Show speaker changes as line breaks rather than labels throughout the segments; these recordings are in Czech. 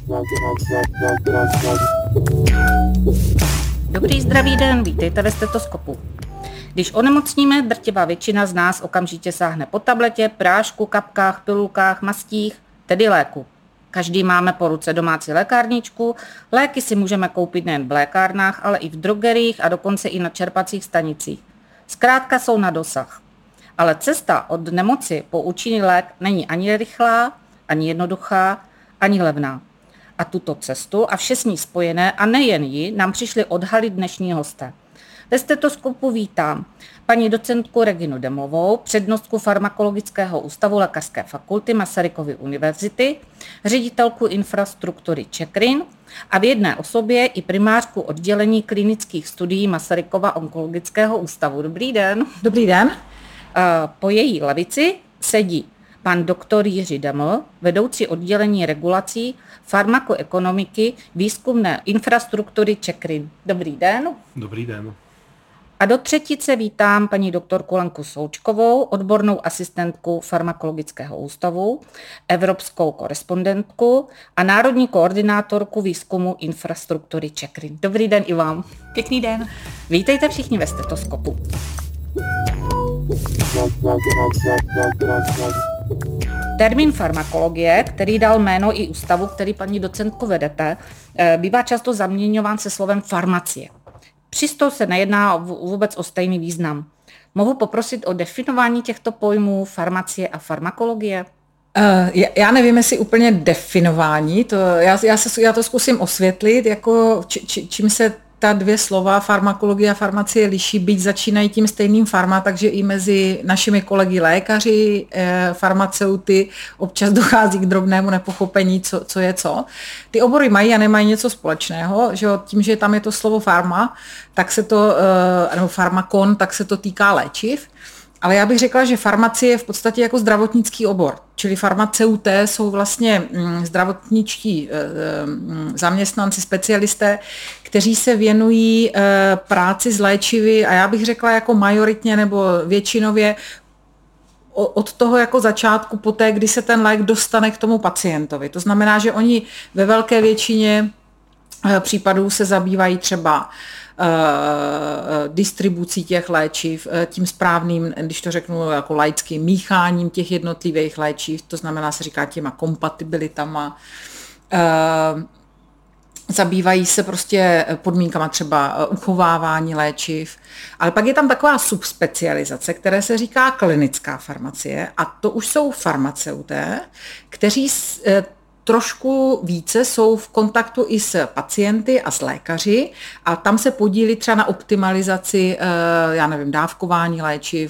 Dobrý zdravý den, vítejte ve stetoskopu. Když onemocníme, drtivá většina z nás okamžitě sáhne po tabletě, prášku, kapkách, pilulkách, mastích, tedy léku. Každý máme po ruce domácí lékárničku, léky si můžeme koupit nejen v lékárnách, ale i v drogeriích a dokonce i na čerpacích stanicích. Zkrátka jsou na dosah. Ale cesta od nemoci po účinný lék není ani rychlá, ani jednoduchá, ani levná. A tuto cestu a vše s ní spojené, a nejen ji, nám přišli odhalit dnešní hosté. Ve stetoskopu vítám paní docentku Reginu Demlovou, přednostku Farmakologického ústavu Lékařské fakulty Masarykovy univerzity, ředitelku infrastruktury CZECRIN a v jedné osobě i primářku oddělení klinických studií Masarykova onkologického ústavu. Dobrý den.
Dobrý den.
Po její lavici sedí pan doktor Jiří Deml, vedoucí oddělení regulací farmakoekonomiky výzkumné infrastruktury CZECRIN. Dobrý den.
Dobrý den.
A do třetice vítám paní doktorku Lenku Součkovou, odbornou asistentku Farmakologického ústavu, evropskou korespondentku a národní koordinátorku výzkumu infrastruktury CZECRIN. Dobrý den i vám.
Pěkný den.
Vítejte všichni ve stetoskopu. Termín farmakologie, který dal jméno i ústavu, který paní docentko vedete, bývá často zaměňován se slovem farmacie. Přesto se nejedná vůbec o stejný význam. Mohu poprosit o definování těchto pojmů farmacie a farmakologie?
Já nevím, jestli úplně definování, já to zkusím osvětlit, jako čím se ta dvě slova farmakologie a farmacie liší, byť začínají tím stejným farma, takže i mezi našimi kolegy lékaři, farmaceuty občas dochází k drobnému nepochopení, co je co. Ty obory mají a nemají něco společného, že tím, že tam je to slovo farma, tak se to, nebo farmakon, tak se to týká léčiv. Ale já bych řekla, že farmacie je v podstatě jako zdravotnický obor, čili farmaceuté jsou vlastně zdravotničtí zaměstnanci, specialisté, kteří se věnují práci s léčivy a já bych řekla jako majoritně nebo většinově od toho jako začátku poté, kdy se ten lék dostane k tomu pacientovi. To znamená, že oni ve velké většině případů se zabývají třeba distribucí těch léčiv, tím správným, když to řeknu jako laickým, mícháním těch jednotlivých léčiv, to znamená, se říká těma kompatibilitama, zabývají se prostě podmínkama třeba uchovávání léčiv, ale pak je tam taková subspecializace, které se říká klinická farmacie a to už jsou farmaceuté, kteří trošku více jsou v kontaktu i s pacienty a s lékaři a tam se podílí třeba na optimalizaci, já nevím, dávkování léčiv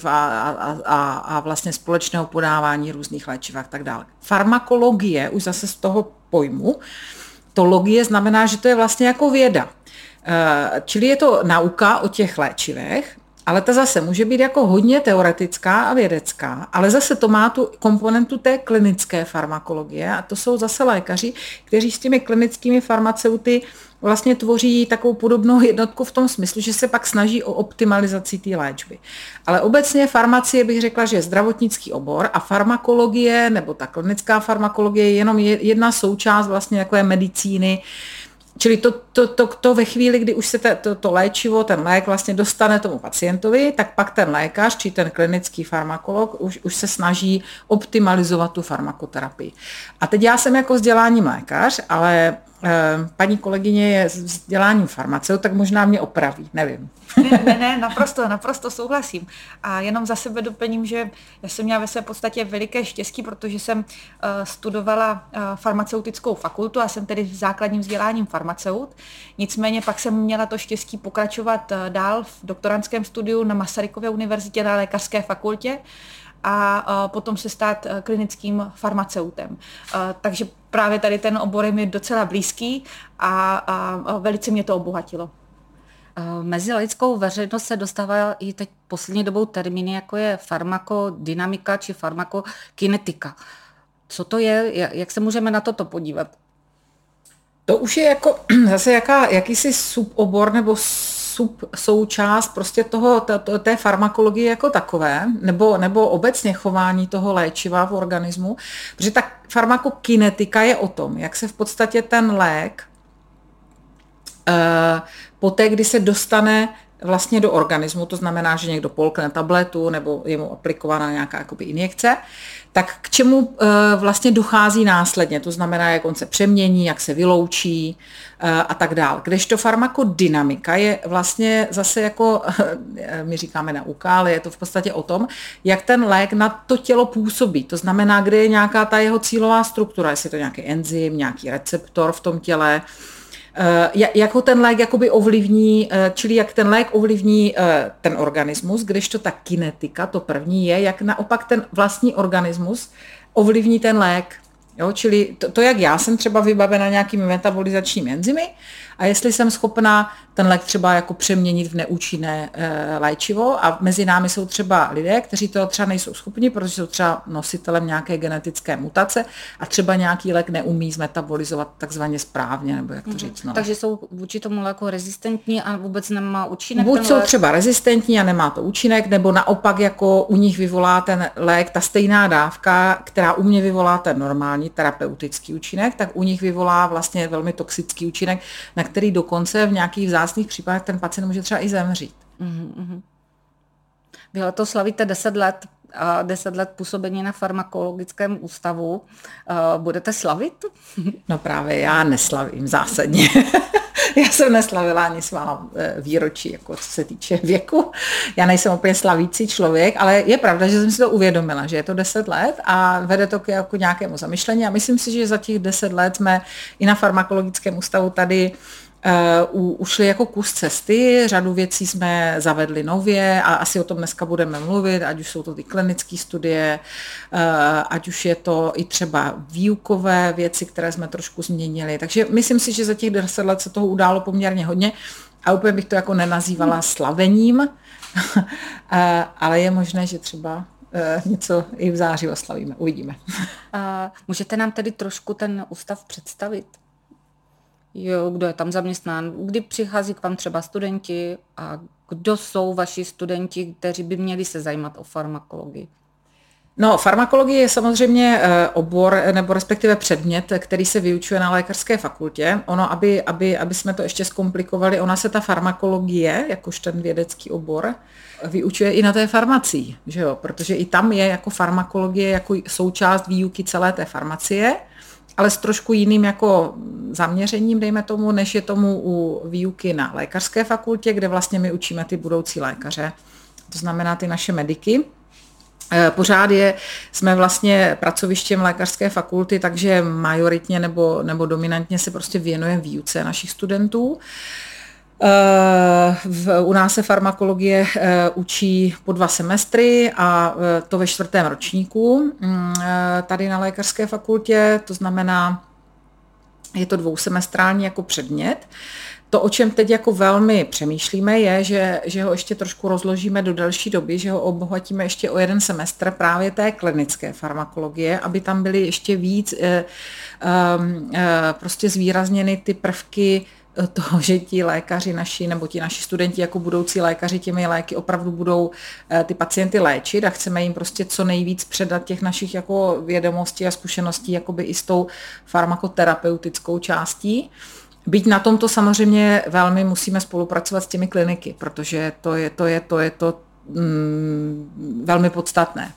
a vlastně společného podávání různých léčiv a tak dále. Farmakologie, už zase z toho pojmu, to logie znamená, že to je vlastně jako věda. Čili je to nauka o těch léčivech, ale ta zase může být jako hodně teoretická a vědecká, ale zase to má tu komponentu té klinické farmakologie a to jsou zase lékaři, kteří s těmi klinickými farmaceuty vlastně tvoří takovou podobnou jednotku v tom smyslu, že se pak snaží o optimalizaci té léčby. Ale obecně farmacie bych řekla, že je zdravotnický obor a farmakologie nebo ta klinická farmakologie je jenom jedna součást vlastně takové medicíny. Čili to ve chvíli, kdy už se to léčivo, ten lék vlastně dostane tomu pacientovi, tak pak ten lékař, či ten klinický farmakolog už se snaží optimalizovat tu farmakoterapii. A teď já jsem jako vzděláním lékař, ale paní kolegyně je vzděláním farmaceut, tak možná mě opraví, nevím.
Ne, naprosto souhlasím. A jenom za sebe doplním, že já jsem měla ve své podstatě veliké štěstí, protože jsem studovala farmaceutickou fakultu a jsem tedy základním vzděláním farmaceut. Nicméně pak jsem měla to štěstí pokračovat dál v doktorandském studiu na Masarykově univerzitě na lékařské fakultě a potom se stát klinickým farmaceutem. Takže právě tady ten obor je mi docela blízký a velice mě to obohatilo.
Mezi laickou veřejnost se dostává i teď poslední dobou termíny, jako je farmakodynamika či farmakokinetika. Co to je? Jak se můžeme na toto podívat?
To už je jako zase jakýsi subobor nebo součást prostě té farmakologie jako takové, nebo obecně chování toho léčiva v organismu, protože ta farmakokinetika je o tom, jak se v podstatě ten lék poté, kdy se dostane vlastně do organismu, to znamená, že někdo polkne tabletu nebo je mu aplikovaná nějaká jakoby injekce, tak k čemu vlastně dochází následně, to znamená, jak on se přemění, jak se vyloučí a tak dál. Kdežto farmakodynamika je vlastně zase jako, my říkáme nauka, ale je to v podstatě o tom, jak ten lék na to tělo působí, to znamená, kde je nějaká ta jeho cílová struktura, jestli je to nějaký enzym, nějaký receptor v tom těle, jak ho ten lék jakoby ovlivní, čili jak ten lék ovlivní ten organismus, kdežto ta kinetika, to první je, jak naopak ten vlastní organismus ovlivní ten lék. Jo, čili to, jak já jsem třeba vybavena nějakými metabolizačními enzymy a jestli jsem schopná ten lék třeba jako přeměnit v neúčinné léčivo a mezi námi jsou třeba lidé, kteří to třeba nejsou schopni, protože jsou třeba nositelem nějaké genetické mutace a třeba nějaký lék neumí zmetabolizovat takzvaně správně, nebo jak to říct. No.
Takže jsou vůči tomu léku rezistentní a vůbec nemá účinek?
Buď jsou třeba rezistentní a nemá to účinek, nebo naopak jako u nich vyvolá ten lék, ta stejná dávka, která u mě vyvolá ten normální terapeutický účinek, tak u nich vyvolá vlastně velmi toxický účinek, na který dokonce v nějakých vzácných případech ten pacient může třeba i zemřít.
Vy to slavíte 10 let a 10 let působení na farmakologickém ústavu. Budete slavit?
No právě já neslavím zásadně. Já jsem neslavila ani svá výročí, jako co se týče věku. Já nejsem úplně slavící člověk, ale je pravda, že jsem si to uvědomila, že je to 10 let a vede to k jako nějakému zamyšlení a myslím si, že za těch 10 let jsme i na farmakologickém ústavu tady ušli jako kus cesty, řadu věcí jsme zavedli nově a asi o tom dneska budeme mluvit, ať už jsou to ty klinické studie, ať už je to i třeba výukové věci, které jsme trošku změnili. Takže myslím si, že za těch 10 let se toho událo poměrně hodně a úplně bych to jako nenazývala slavením, ale je možné, že třeba něco i v září oslavíme. Uvidíme.
Můžete nám tedy trošku ten ústav představit? Jo, kdo je tam zaměstnán, kdy přichází k vám třeba studenti a kdo jsou vaši studenti, kteří by měli se zajímat o farmakologii?
No, farmakologie je samozřejmě obor nebo respektive předmět, který se vyučuje na lékařské fakultě. Ono, aby jsme to ještě zkomplikovali, ona se ta farmakologie, jakož ten vědecký obor, vyučuje i na té farmacii, že jo? Protože i tam je jako farmakologie jako součást výuky celé té farmacie, ale s trošku jiným jako zaměřením, dejme tomu, než je tomu u výuky na lékařské fakultě, kde vlastně my učíme ty budoucí lékaře, to znamená ty naše mediky. Pořád jsme vlastně pracovištěm lékařské fakulty, takže majoritně nebo dominantně se prostě věnujeme výuce našich studentů. U nás se farmakologie učí po 2 semestry a to ve 4. ročníku tady na lékařské fakultě, to znamená, je to 2semestrální jako předmět. To, o čem teď jako velmi přemýšlíme, je, že ho ještě trošku rozložíme do delší doby, že ho obohatíme ještě o 1 semestr právě té klinické farmakologie, aby tam byly ještě víc prostě zvýrazněny ty prvky toho, že ti lékaři naši, nebo ti naši studenti jako budoucí lékaři těmi léky opravdu budou ty pacienty léčit a chceme jim prostě co nejvíc předat těch našich jako vědomostí a zkušeností jakoby i s tou farmakoterapeutickou částí. Byť na tomto samozřejmě velmi musíme spolupracovat s těmi kliniky, protože to je velmi podstatné.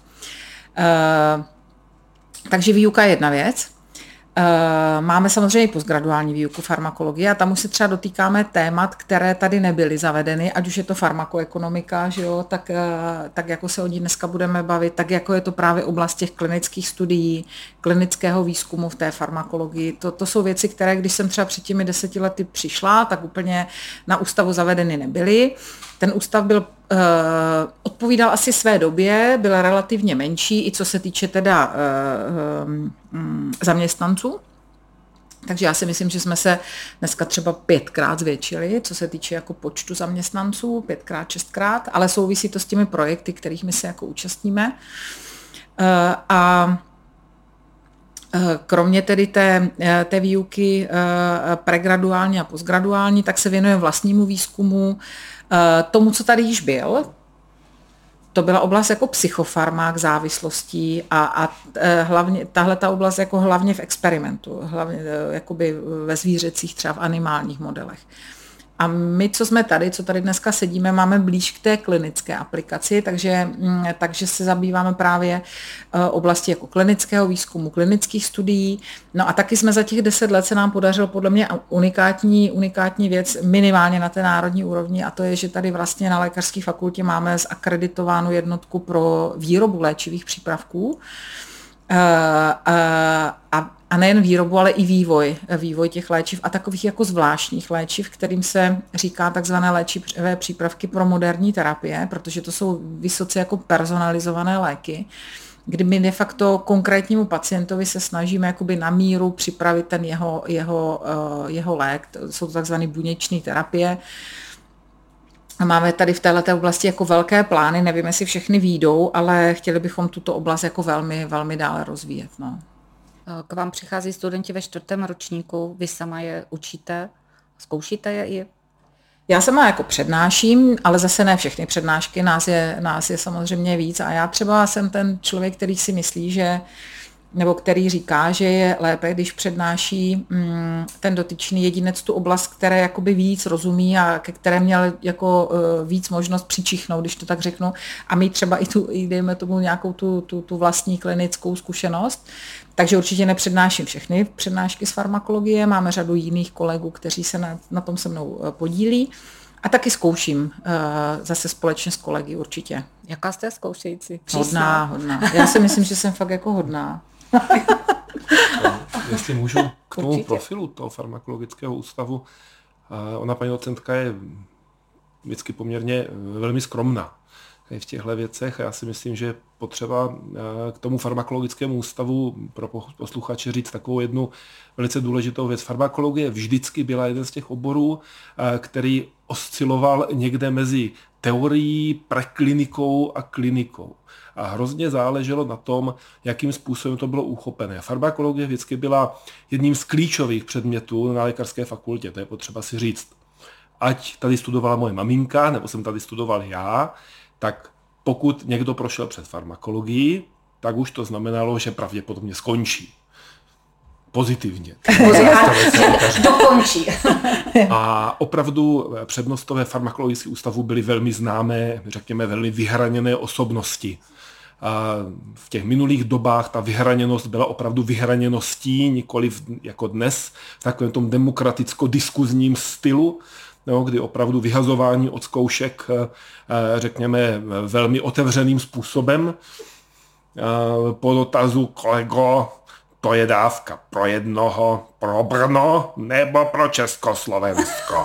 Takže výuka je jedna věc. Máme samozřejmě postgraduální výuku farmakologie a tam už se třeba dotýkáme témat, které tady nebyly zavedeny, ať už je to farmakoekonomika, že jo, tak jako se o ní dneska budeme bavit, tak jako je to právě oblast těch klinických studií, klinického výzkumu v té farmakologii. To jsou věci, které, když jsem třeba před těmi 10 lety přišla, tak úplně na ústavu zavedeny nebyly. Ten ústav odpovídal asi své době, byl relativně menší, i co se týče teda zaměstnanců. Takže já si myslím, že jsme se dneska třeba 5krát zvětšili, co se týče jako počtu zaměstnanců, 5krát, 6krát, ale souvisí to s těmi projekty, kterých my se jako účastníme. A Kromě tedy té výuky pregraduální a postgraduální, tak se věnuje vlastnímu výzkumu, tomu, co tady již byl. To byla oblast jako psychofarmák závislostí a hlavně tahleta oblast jako hlavně v experimentu, hlavně jakoby ve zvířecích, třeba v animálních modelech. A my, co tady dneska sedíme, máme blíž k té klinické aplikaci, takže se zabýváme právě oblasti jako klinického výzkumu, klinických studií. No a taky jsme za těch 10 let se nám podařilo podle mě unikátní věc minimálně na té národní úrovni, a to je, že tady vlastně na lékařské fakultě máme zakreditovánu jednotku pro výrobu léčivých přípravků. A nejen výrobu, ale i vývoj těch léčiv a takových jako zvláštních léčiv, kterým se říká takzvané léčivé přípravky pro moderní terapie, protože to jsou vysoce jako personalizované léky, kdy my de facto konkrétnímu pacientovi se snažíme jakoby na míru připravit ten jeho lék. To jsou takzvané buněčné terapie. Máme tady v této oblasti jako velké plány, nevím, jestli všechny výjdou, ale chtěli bychom tuto oblast jako velmi, velmi dále rozvíjet. No.
K vám přichází studenti ve 4. ročníku, vy sama je učíte, zkoušíte je i?
Já sama jako přednáším, ale zase ne všechny přednášky, nás je samozřejmě víc a já třeba jsem ten člověk, který si myslí, nebo který říká, že je lépe, když přednáší ten dotyčný jedinec tu oblast, které jakoby víc rozumí a ke které měl jako víc možnost přičichnout, když to tak řeknu, a mít třeba i dejme tomu nějakou tu vlastní klinickou zkušenost. Takže určitě nepřednáším všechny přednášky z farmakologie, máme řadu jiných kolegů, kteří se na tom se mnou podílí. A taky zkouším zase společně s kolegy určitě.
Jaká jste zkoušející?
Hodná. Já si myslím, že jsem fakt jako hodná.
Jestli můžu k tomu určitě. Profilu toho farmakologického ústavu, ona paní docentka je vždycky poměrně velmi skromná v těchto věcech a já si myslím, že je potřeba k tomu farmakologickému ústavu pro posluchače říct takovou jednu velice důležitou věc. Farmakologie vždycky byla jeden z těch oborů, který osciloval někde mezi teorií, preklinikou a klinikou. A hrozně záleželo na tom, jakým způsobem to bylo uchopené. Farmakologie vždycky byla jedním z klíčových předmětů na lékařské fakultě, to je potřeba si říct. Ať tady studovala moje maminka, nebo jsem tady studoval já, tak pokud někdo prošel přes farmakologii, tak už to znamenalo, že pravděpodobně skončí. Pozitivně.
Dokončí.
A opravdu přednostové farmakologických ústavů byly velmi známé, řekněme velmi vyhraněné osobnosti. A v těch minulých dobách ta vyhraněnost byla opravdu vyhraněností, nikoliv jako dnes, v takovém tom demokraticko-diskuzním stylu, no, kdy opravdu vyhazování od zkoušek, řekněme, velmi otevřeným způsobem. Po dotazu, kolego, to je dávka pro jednoho, pro Brno nebo pro Československo.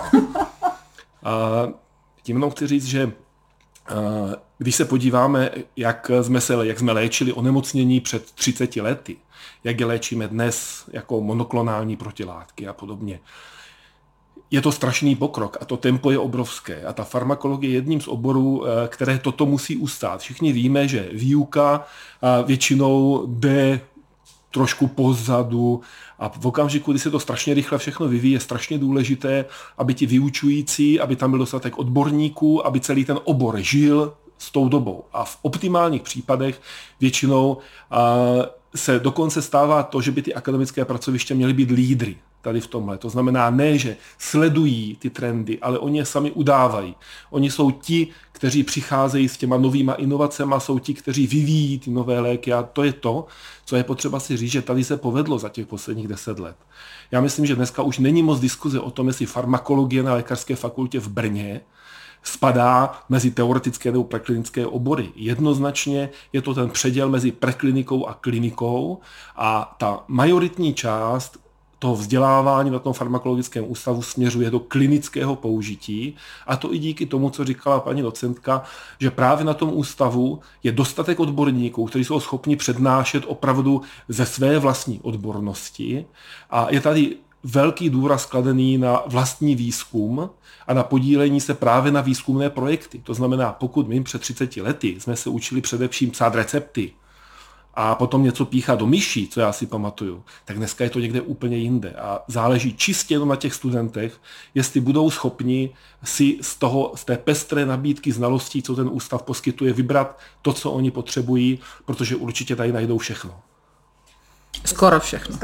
Tím mnou chci říct, že když se podíváme, jak jsme léčili onemocnění před 30 lety, jak je léčíme dnes jako monoklonální protilátky a podobně, je to strašný pokrok a to tempo je obrovské a ta farmakologie je jedním z oborů, které toto musí ustát. Všichni víme, že výuka většinou jde trošku pozadu a v okamžiku, kdy se to strašně rychle všechno vyvíjí, je strašně důležité, aby ti vyučující, aby tam byl dostatek odborníků, aby celý ten obor žil s tou dobou. A v optimálních případech většinou se dokonce stává to, že by ty akademické pracoviště měly být lídry tady v tomhle. To znamená ne, že sledují ty trendy, ale oni je sami udávají. Oni jsou ti, kteří přicházejí s těma novýma inovacemi, jsou ti, kteří vyvíjí ty nové léky a to je to, co je potřeba si říct, že tady se povedlo za těch posledních 10 let. Já myslím, že dneska už není moc diskuze o tom, jestli farmakologie na lékařské fakultě v Brně spadá mezi teoretické nebo preklinické obory. Jednoznačně je to ten předěl mezi preklinikou a klinikou a ta majoritní část toho vzdělávání na tom farmakologickém ústavu směřuje do klinického použití a to i díky tomu, co říkala paní docentka, že právě na tom ústavu je dostatek odborníků, kteří jsou schopni přednášet opravdu ze své vlastní odbornosti a je tady velký důraz kladený na vlastní výzkum a na podílení se právě na výzkumné projekty. To znamená, pokud my před 30 lety jsme se učili především psát recepty a potom něco píchá do myší, co já si pamatuju, tak dneska je to někde úplně jinde. A záleží čistě jenom na těch studentech, jestli budou schopni si z té pestré nabídky znalostí, co ten ústav poskytuje, vybrat to, co oni potřebují, protože určitě tady najdou všechno.
Skoro všechno.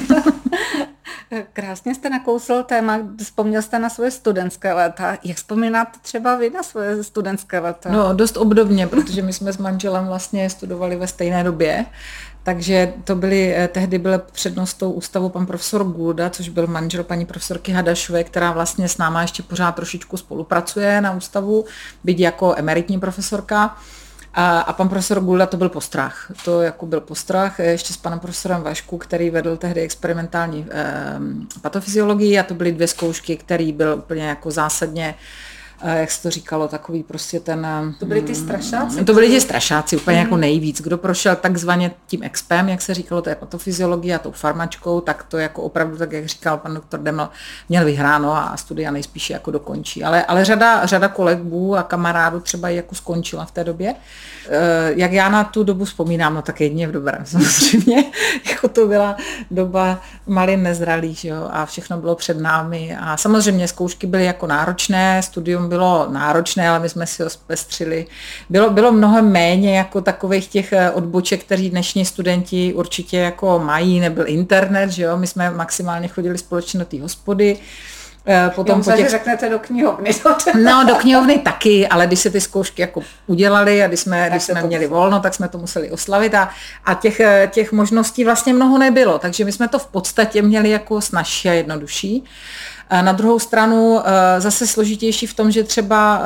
Krásně jste nakousl téma, vzpomněl jste na svoje studentské léta. Jak vzpomínáte třeba vy na svoje studentské léta?
No, dost obdobně, protože my jsme s manželem vlastně studovali ve stejné době, takže tehdy byl přednostou ústavu pan profesor Gulda, což byl manžel paní profesorky Hadašové, která vlastně s náma ještě pořád trošičku spolupracuje na ústavu, byť jako emeritní profesorka. A pan profesor Gulda to byl postrach. To jako byl postrach ještě s panem profesorem Vašku, který vedl tehdy experimentální patofyziologii, a to byly 2 zkoušky, který byl úplně jako zásadně, jak se to říkalo, takový prostě ten...
To byly ty strašáci?
To byly ty strašáci, úplně jako nejvíc. Kdo prošel takzvaně tím expem, jak se říkalo, to je patofyziologie a tou farmačkou, tak to jako opravdu, tak jak říkal pan doktor Deml, měl vyhráno a studia nejspíše jako dokončí. Ale řada kolegů a kamarádů třeba i jako skončila v té době. Jak já na tu dobu vzpomínám, no tak jedině v dobrém samozřejmě, jako to byla doba malin nezralých, jo, a všechno bylo před námi a samozřejmě zkoušky byly jako náročné, studium bylo náročné, ale my jsme si ho zpestřili. Bylo mnohem méně jako takových těch odboček, kteří dnešní studenti určitě jako mají, nebyl internet, že jo, my jsme maximálně chodili společně do té hospody.
Potom řeknete do knihovny.
No, do knihovny taky, ale když se ty zkoušky jako udělali a když jsme měli volno, tak jsme to museli oslavit a těch možností vlastně mnoho nebylo, takže my jsme to v podstatě měli jako snazší a jednodušší. Na druhou stranu zase složitější v tom, že třeba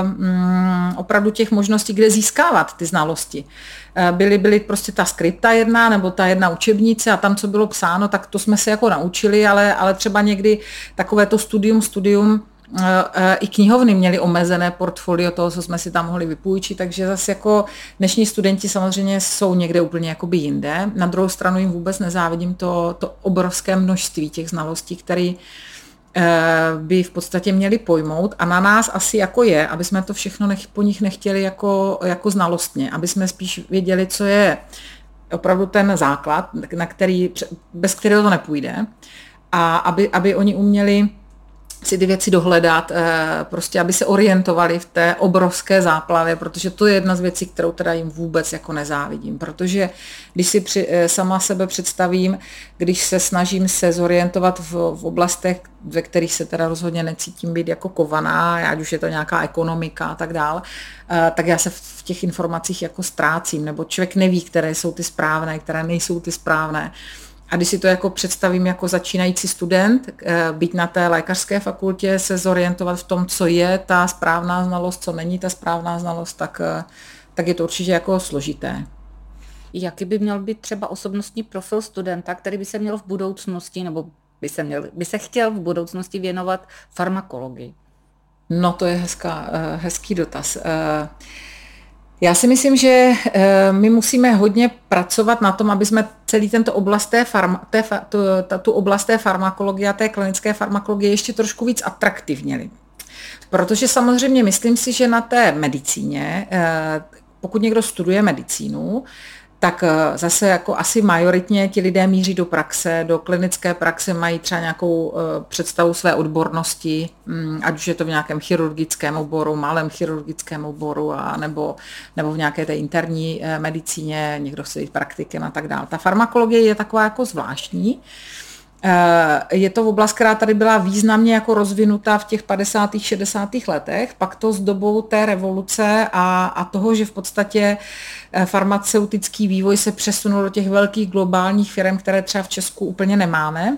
opravdu těch možností, kde získávat ty znalosti. Byly prostě ta skripta jedna nebo ta jedna učebnice a tam, co bylo psáno, tak to jsme se jako naučili, ale třeba někdy takové to studium i knihovny měly omezené portfolio toho, co jsme si tam mohli vypůjčit, takže zase jako dnešní studenti samozřejmě jsou někde úplně jakoby jinde. Na druhou stranu jim vůbec nezávidím to obrovské množství těch znalostí, které by v podstatě měli pojmout a na nás asi jako je, aby jsme to všechno po nich nechtěli jako znalostně, aby jsme spíš věděli, co je opravdu ten základ, bez kterého to nepůjde a aby oni uměli si ty věci dohledat, prostě aby se orientovali v té obrovské záplavě, protože to je jedna z věcí, kterou teda jim vůbec jako nezávidím, protože když si sama sebe představím, když se snažím se zorientovat v oblastech, ve kterých se teda rozhodně necítím být jako kovaná, ať už je to nějaká ekonomika a tak dál, tak já se v těch informacích jako ztrácím, nebo člověk neví, které jsou ty správné, které nejsou ty správné. A když si to jako představím jako začínající student, být na té lékařské fakultě, se zorientovat v tom, co je ta správná znalost, co není ta správná znalost, tak je to určitě jako složité.
Jaký by měl být třeba osobnostní profil studenta, který by se měl v budoucnosti, nebo by se chtěl v budoucnosti věnovat farmakologii?
No to je hezký dotaz. Já si myslím, že my musíme hodně pracovat na tom, aby jsme celý tento oblast tu oblast té farmakologie a té klinické farmakologie ještě trošku víc atraktivněli. Protože samozřejmě myslím si, že na té medicíně, pokud někdo studuje medicínu, tak zase jako asi majoritně ti lidé míří do praxe, do klinické praxe, mají třeba nějakou představu své odbornosti, ať už je to v nějakém chirurgickém oboru, malém chirurgickém oboru, nebo v nějaké té interní medicíně, někdo chce být praktikem a tak dále. Ta farmakologie je taková jako zvláštní. Je to oblast, která tady byla významně jako rozvinutá v těch 50. 60. letech, pak to s dobou té revoluce a toho, že v podstatě farmaceutický vývoj se přesunul do těch velkých globálních firm, které třeba v Česku úplně nemáme,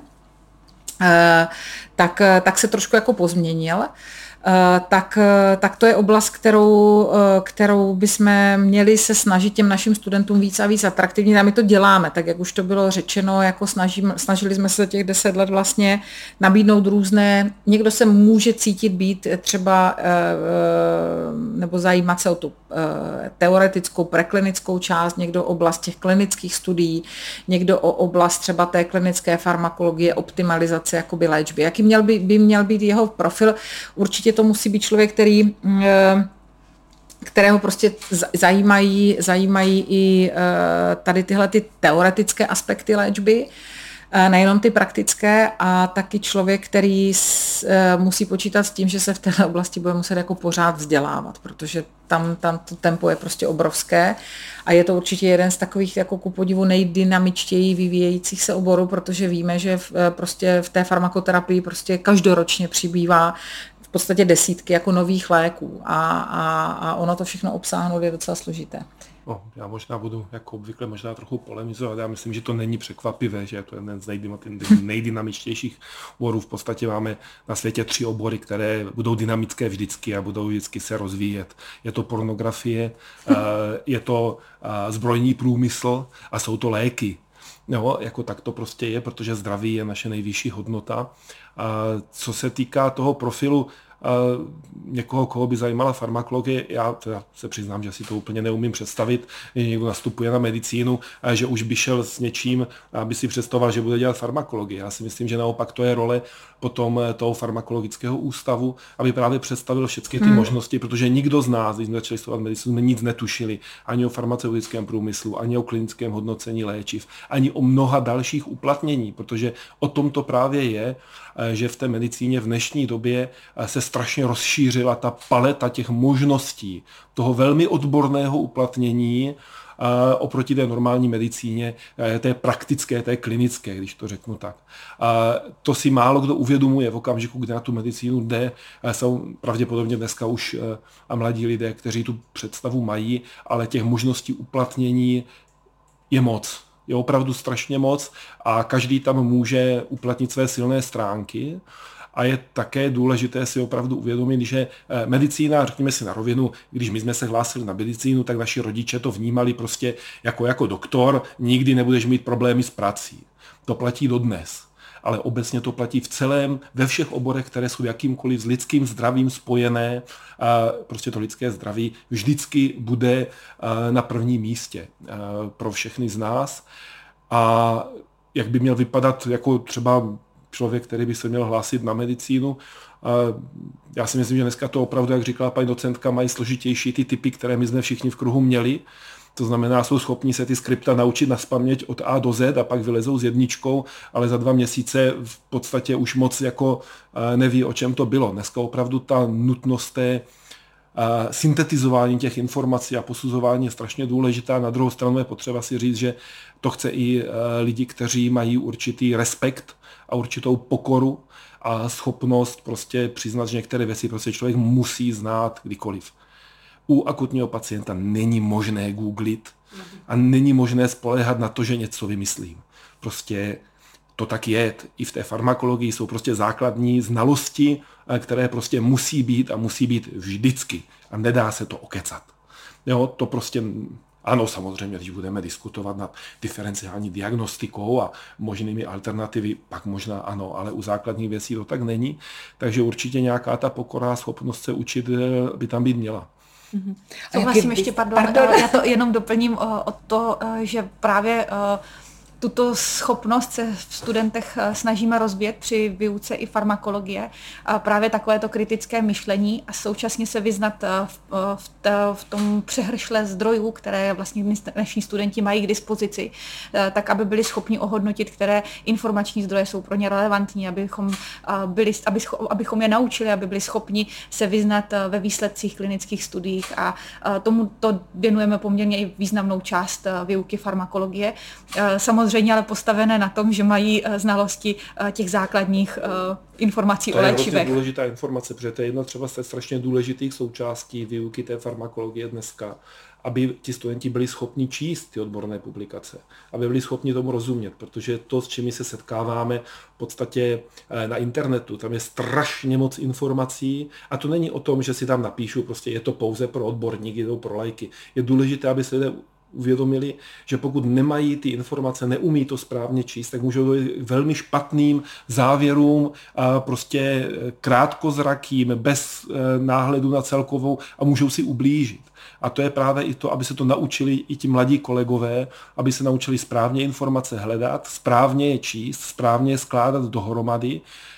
tak se trošku jako pozměnil. Tak to je oblast, kterou bychom měli se snažit těm našim studentům víc a víc atraktivnit a my to děláme, tak jak už to bylo řečeno, jako snažili jsme se těch 10 let vlastně nabídnout různé, někdo se může cítit být třeba nebo zajímat se o tu teoretickou, preklinickou část, někdo oblast těch klinických studií, někdo o oblast třeba té klinické farmakologie, optimalizace jakoby léčby. Jaký by měl být jeho profil? Určitě to musí být člověk, kterého prostě zajímají i tady tyhle ty teoretické aspekty léčby, nejenom ty praktické, a taky člověk, který musí počítat s tím, že se v této oblasti bude muset jako pořád vzdělávat, protože tam to tempo je prostě obrovské a je to určitě jeden z takových jako ku podivu nejdynamičtěji vyvíjejících se oborů, protože víme, že prostě v té farmakoterapii prostě každoročně přibývá v podstatě desítky jako nových léků a ono to všechno obsáhnout je docela složité.
No, já možná budu jako obvykle možná trochu polemizovat. Já myslím, že to není překvapivé, že je to jeden z nejdynamičtějších oborů. V podstatě máme na světě 3 obory, které budou dynamické vždycky a budou vždycky se rozvíjet. Je to pornografie, je to zbrojní průmysl a jsou to léky. No, jako tak to prostě je, protože zdraví je naše nejvyšší hodnota. Co se týká toho profilu někoho, koho by zajímala farmakologie, já teda se přiznám, že si to úplně neumím představit, že někdo nastupuje na medicínu a že už by šel s něčím, aby si představoval, že bude dělat farmakologii. Já si myslím, že naopak to je role potom toho farmakologického ústavu, aby právě představil všechny ty možnosti, protože nikdo z nás, když jsme začali studovat medicínu, jsme nic netušili ani o farmaceutickém průmyslu, ani o klinickém hodnocení léčiv, ani o mnoha dalších uplatnění, protože o tom to právě je, že v té medicíně v dnešní době se strašně rozšířila ta paleta těch možností toho velmi odborného uplatnění oproti té normální medicíně, té praktické, té klinické, když to řeknu tak. To si málo kdo uvědomuje v okamžiku, kdy na tu medicínu jde. Jsou pravděpodobně dneska už mladí lidé, kteří tu představu mají, ale těch možností uplatnění je moc. Je opravdu strašně moc a každý tam může uplatnit své silné stránky. A je také důležité si opravdu uvědomit, že medicína, řekněme si na rovinu, když my jsme se hlásili na medicínu, tak naši rodiče to vnímali prostě jako doktor, nikdy nebudeš mít problémy s prací. To platí dodnes. Ale obecně to platí ve všech oborech, které jsou jakýmkoliv s lidským zdravím spojené. Prostě to lidské zdraví vždycky bude na prvním místě pro všechny z nás. A jak by měl vypadat jako třeba člověk, který by se měl hlásit na medicínu. Já si myslím, že dneska to opravdu, jak říkala paní docentka, mají složitější ty typy, které my jsme všichni v kruhu měli. To znamená, jsou schopni se ty skripta naučit nazpaměť od A do Z a pak vylezou s jedničkou, ale za 2 měsíce v podstatě už moc jako neví, o čem to bylo. Dneska opravdu ta nutnost té syntetizování těch informací a posuzování je strašně důležitá. Na druhou stranu je potřeba si říct, že to chce i lidi, kteří mají určitý respekt a určitou pokoru a schopnost prostě přiznat, že některé věci prostě člověk musí znát kdykoliv. U akutního pacienta není možné googlit a není možné spoléhat na to, že něco vymyslím. Prostě to tak je. I v té farmakologii jsou prostě základní znalosti, které prostě musí být vždycky. A nedá se to okecat. Jo, to prostě ano, samozřejmě, když budeme diskutovat nad diferenciální diagnostikou a možnými alternativy, pak možná ano, ale u základních věcí to tak není. Takže určitě nějaká ta pokora a schopnost se učit by tam být měla.
Souhlasím ještě, pardon, já to jenom doplním o to, že právě tuto schopnost se v studentech snažíme rozvíjet při výuce i farmakologie. A právě takovéto kritické myšlení a současně se vyznat v tom přehršle zdrojů, které vlastně dnešní studenti mají k dispozici, tak aby byli schopni ohodnotit, které informační zdroje jsou pro ně relevantní, abychom je naučili, aby byli schopni se vyznat ve výsledcích klinických studiích a tomu to věnujeme poměrně i významnou část výuky farmakologie. Samozřejmě ale postavené na tom, že mají znalosti těch základních informací o léčivech.
To je důležitá informace, protože to je jedna třeba ze strašně důležitých součástí výuky té farmakologie dneska, aby ti studenti byli schopni číst ty odborné publikace, aby byli schopni tomu rozumět, protože to, s čím se setkáváme v podstatě na internetu, tam je strašně moc informací a to není o tom, že si tam napíšu, prostě je to pouze pro odborníky, je to pro laiky. Je důležité, aby se lidé uvědomili, že pokud nemají ty informace, neumí to správně číst, tak můžou dojít velmi špatným závěrům, a prostě krátkozrakým, bez náhledu na celkovou a můžou si ublížit. A to je právě i to, aby se to naučili i ti mladí kolegové, aby se naučili správně informace hledat, správně je číst, správně je skládat dohromady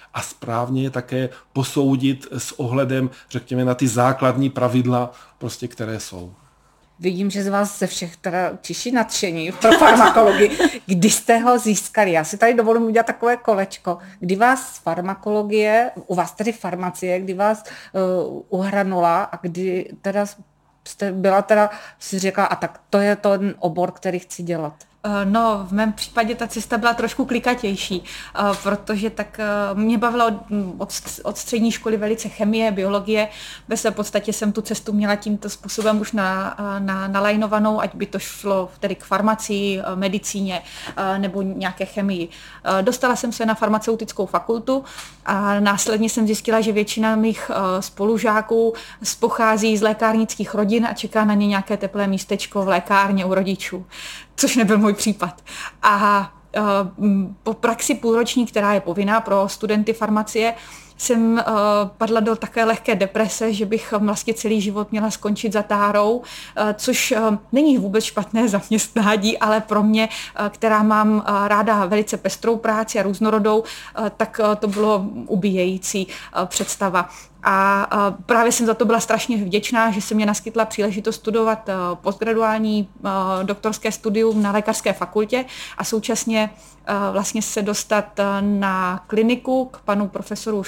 a správně je také posoudit s ohledem, řekněme, na ty základní pravidla, prostě, které jsou.
Vidím, že z vás ze všech teda čiší nadšení pro farmakologii. Kdy jste ho získali? Já si tady dovolím udělat takové kolečko. Kdy vás farmakologie, u vás tedy farmacie, kdy vás uhranula a kdy teda jste byla teda, si řekla, a tak to je ten obor, který chci dělat?
No, v mém případě ta cesta byla trošku klikatější, protože tak mě bavila od střední školy velice chemie, biologie. Ve své podstatě jsem tu cestu měla tímto způsobem už nalajnovanou, ať by to šlo tedy k farmacii, medicíně nebo nějaké chemii. Dostala jsem se na farmaceutickou fakultu a následně jsem zjistila, že většina mých spolužáků pochází z lékárnických rodin a čeká na ně nějaké teplé místečko v lékárně u rodičů, což nebyl můj případ. A po praxi půlroční, která je povinná pro studenty farmacie, jsem padla do také lehké deprese, že bych vlastně celý život měla skončit za tárou, což není vůbec špatné zaměstnání, ale pro mě, která mám ráda velice pestrou práci a různorodou, tak to bylo ubíjející představa. A právě jsem za to byla strašně vděčná, že se mě naskytla příležitost studovat postgraduální doktorské studium na lékařské fakultě a současně vlastně se dostat na kliniku k panu profesoru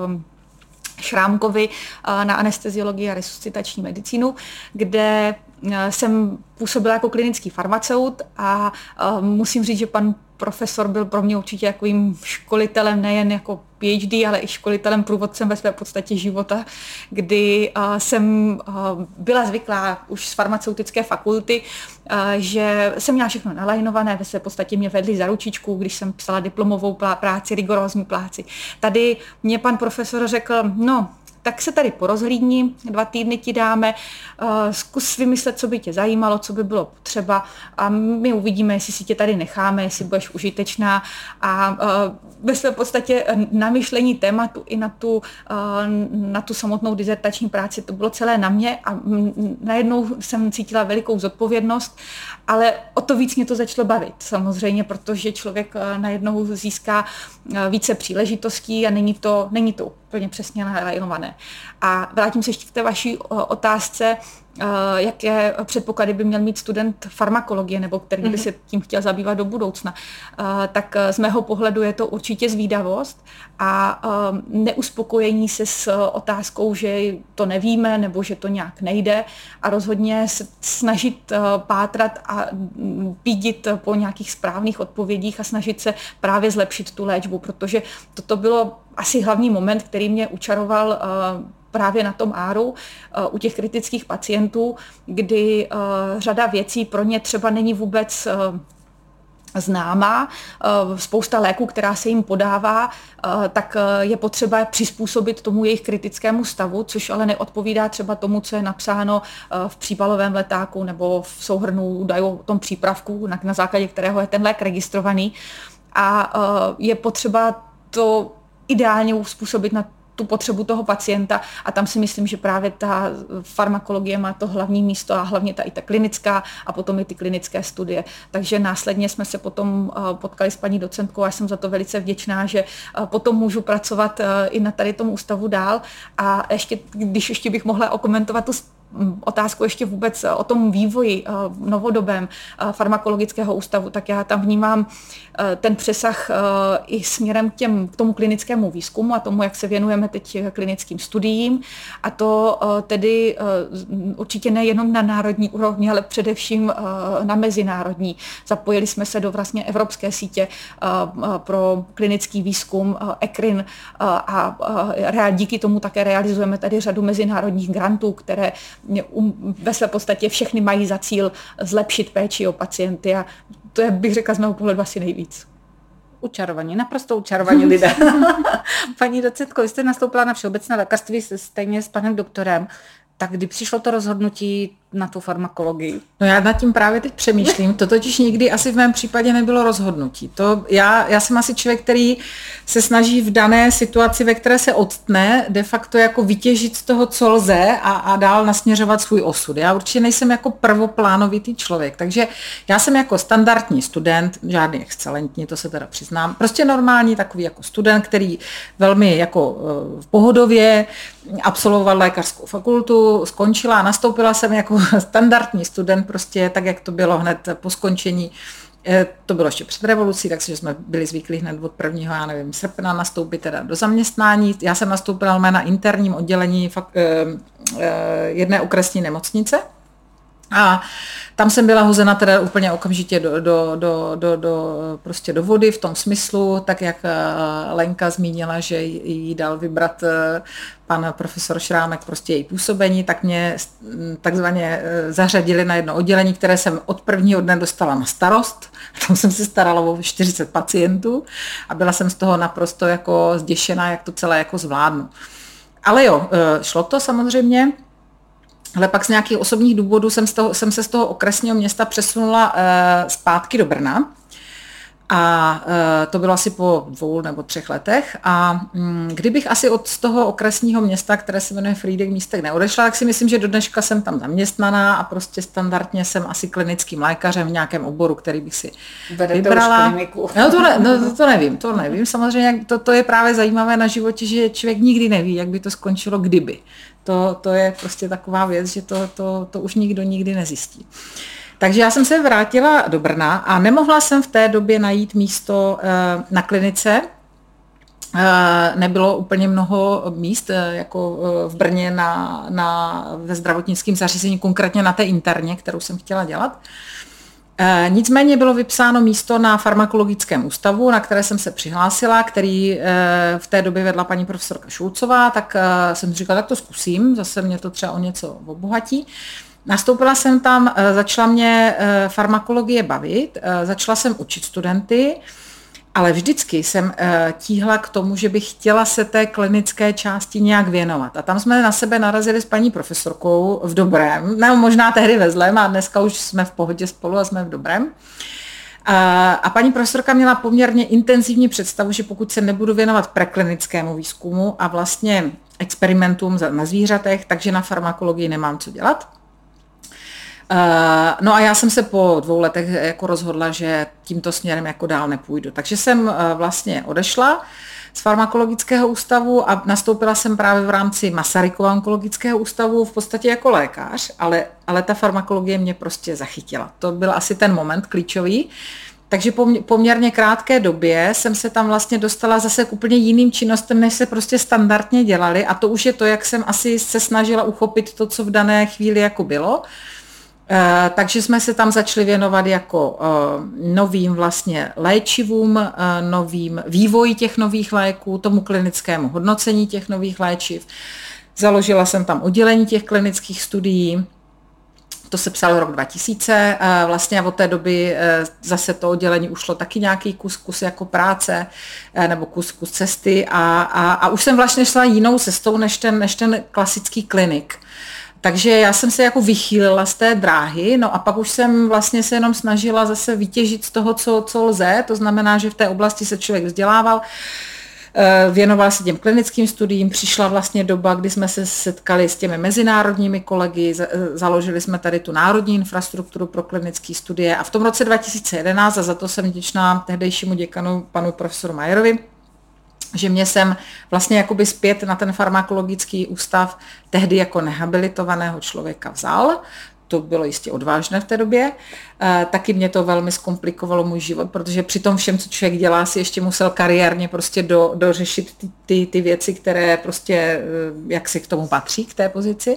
Šrámkovi na anesteziologii a resuscitační medicínu, kde jsem působila jako klinický farmaceut a musím říct, že pan profesor byl pro mě určitě takovým školitelem, nejen jako PhD, ale i školitelem, průvodcem ve své podstatě života, kdy jsem byla zvyklá už z farmaceutické fakulty, že jsem měla všechno nalajnované, ve své podstatě mě vedli za ručičku, když jsem psala diplomovou práci, rigorózní práci. Tady mě pan profesor řekl, no, tak se tady porozhlídni, 2 týdny ti dáme, zkus vymyslet, co by tě zajímalo, co by bylo potřeba a my uvidíme, jestli si tě tady necháme, jestli budeš užitečná a ve své podstatě na myšlení tématu i na tu samotnou dizertační práci to bylo celé na mě a najednou jsem cítila velikou zodpovědnost, ale o to víc mě to začalo bavit samozřejmě, protože člověk najednou získá více příležitostí a není to úplně přesně nalajnované. A vrátím se ještě k té vaší otázce, jaké předpoklady by měl mít student farmakologie nebo který by se tím chtěl zabývat do budoucna. Tak z mého pohledu je to určitě zvídavost a neuspokojení se s otázkou, že to nevíme nebo že to nějak nejde a rozhodně se snažit pátrat a pídit po nějakých správných odpovědích a snažit se právě zlepšit tu léčbu, protože toto bylo asi hlavní moment, který mě učaroval právě na tom áru u těch kritických pacientů, kdy řada věcí pro ně třeba není vůbec známá, spousta léků, která se jim podává, tak je potřeba přizpůsobit tomu jejich kritickému stavu, což ale neodpovídá třeba tomu, co je napsáno v příbalovém letáku nebo v souhrnu údajů o tom přípravku, na základě kterého je ten lék registrovaný. A je potřeba to ideálně uspůsobit na tu potřebu toho pacienta a tam si myslím, že právě ta farmakologie má to hlavní místo a hlavně i ta klinická a potom i ty klinické studie. Takže následně jsme se potom potkali s paní docentkou a jsem za to velice vděčná, že potom můžu pracovat i na tady tom ústavu dál a když ještě bych mohla okomentovat tu otázku ještě vůbec o tom vývoji novodobém farmakologického ústavu, tak já tam vnímám ten přesah i směrem k tomu klinickému výzkumu a tomu, jak se věnujeme teď klinickým studiím. A to tedy určitě nejenom na národní úrovni, ale především na mezinárodní. Zapojili jsme se do vlastně evropské sítě pro klinický výzkum ECRIN a díky tomu také realizujeme tady řadu mezinárodních grantů, které ve své podstatě všechny mají za cíl zlepšit péči o pacienty a to je, bych řekla, z mého pohledu asi nejvíc.
Učarovaní, naprosto učarovaní lidé. Paní docentko, vy jste nastoupila na všeobecné lékařství stejně s panem doktorem, tak kdy přišlo to rozhodnutí na tu farmakologii?
No já nad tím právě teď přemýšlím, to totiž nikdy asi v mém případě nebylo rozhodnutí. Já jsem asi člověk, který se snaží v dané situaci, ve které se odtne, de facto jako vytěžit z toho, co lze a dál nasměřovat svůj osud. Já určitě nejsem jako prvoplánovitý člověk, takže já jsem jako standardní student, žádný excelentní, to se teda přiznám, prostě normální takový jako student, který velmi jako pohodově absolvoval lékařskou fakultu, skončila a nastoupila jsem jako standardní student, prostě tak, jak to bylo hned po skončení. To bylo ještě před revolucí, takže jsme byli zvyklí hned od 1. srpna nastoupit teda do zaměstnání. Já jsem nastoupila na interním oddělení jedné okresní nemocnice. A tam jsem byla hozena teda úplně okamžitě prostě do vody v tom smyslu, tak jak Lenka zmínila, že jí dal vybrat pan profesor Šrámek prostě její působení, tak mě takzvaně zařadili na jedno oddělení, které jsem od prvního dne dostala na starost. Tam jsem se starala o 40 pacientů a byla jsem z toho naprosto jako zděšená, jak to celé jako zvládnu. Ale jo, šlo to samozřejmě. Ale pak z nějakých osobních důvodů jsem se z toho okresního města přesunula zpátky do Brna. A to bylo asi po 2 nebo 3 letech. A kdybych asi od toho okresního města, které se jmenuje Frýdek-Místek, neodešla, tak si myslím, že do dneška jsem tam zaměstnaná a prostě standardně jsem asi klinickým lékařem v nějakém oboru, který bych si vybrala. No, to nevím. Samozřejmě to je právě zajímavé na životě, že člověk nikdy neví, jak by to skončilo, kdyby. To je prostě taková věc, že to už nikdo nikdy nezjistí. Takže já jsem se vrátila do Brna a nemohla jsem v té době najít místo na klinice. Nebylo úplně mnoho míst jako v Brně ve zdravotnickém zařízení, konkrétně na té interně, kterou jsem chtěla dělat. Nicméně bylo vypsáno místo na farmakologickém ústavu, na které jsem se přihlásila, který v té době vedla paní profesorka Šulcová, tak jsem říkala, tak to zkusím, zase mě to třeba o něco obohatí. Nastoupila jsem tam, začala mě farmakologie bavit, začala jsem učit studenty, ale vždycky jsem tíhla k tomu, že bych chtěla se té klinické části nějak věnovat. A tam jsme na sebe narazili s paní profesorkou v dobrém, nebo možná tehdy ve zlém, a dneska už jsme v pohodě spolu a jsme v dobrém. A paní profesorka měla poměrně intenzivní představu, že pokud se nebudu věnovat preklinickému výzkumu a vlastně experimentům na zvířatech, takže na farmakologii nemám co dělat. No a já jsem se po 2 letech jako rozhodla, že tímto směrem jako dál nepůjdu. Takže jsem vlastně odešla z farmakologického ústavu a nastoupila jsem právě v rámci Masarykova onkologického ústavu v podstatě jako lékař, ale ta farmakologie mě prostě zachytila. To byl asi ten moment klíčový. Takže po poměrně krátké době jsem se tam vlastně dostala zase k úplně jiným činnostem, než se prostě standardně dělali, a to už je to, jak jsem asi se snažila uchopit to, co v dané chvíli jako bylo. Takže jsme se tam začali věnovat jako novým vlastně léčivům, novým vývoji těch nových léků, tomu klinickému hodnocení těch nových léčiv. Založila jsem tam oddělení těch klinických studií. To se psalo rok 2000, vlastně od té doby zase to oddělení ušlo taky nějaký kus jako práce nebo kus cesty a už jsem vlastně šla jinou cestou než ten klasický klinik. Takže já jsem se jako vychýlila z té dráhy, no a pak už jsem vlastně se jenom snažila zase vytěžit z toho, co lze, to znamená, že v té oblasti se člověk vzdělával, věnoval se těm klinickým studiím, přišla vlastně doba, kdy jsme se setkali s těmi mezinárodními kolegy, založili jsme tady tu národní infrastrukturu pro klinické studie a v tom roce 2011, a za to jsem vděčná tehdejšímu děkanu panu profesoru Majerovi, že mě jsem vlastně jakoby zpět na ten farmakologický ústav tehdy jako nehabilitovaného člověka vzal. To bylo jistě odvážné v té době. Taky mě to velmi zkomplikovalo můj život, protože při tom všem, co člověk dělá, si ještě musel kariérně prostě dořešit ty věci, které prostě jak si k tomu patří, k té pozici.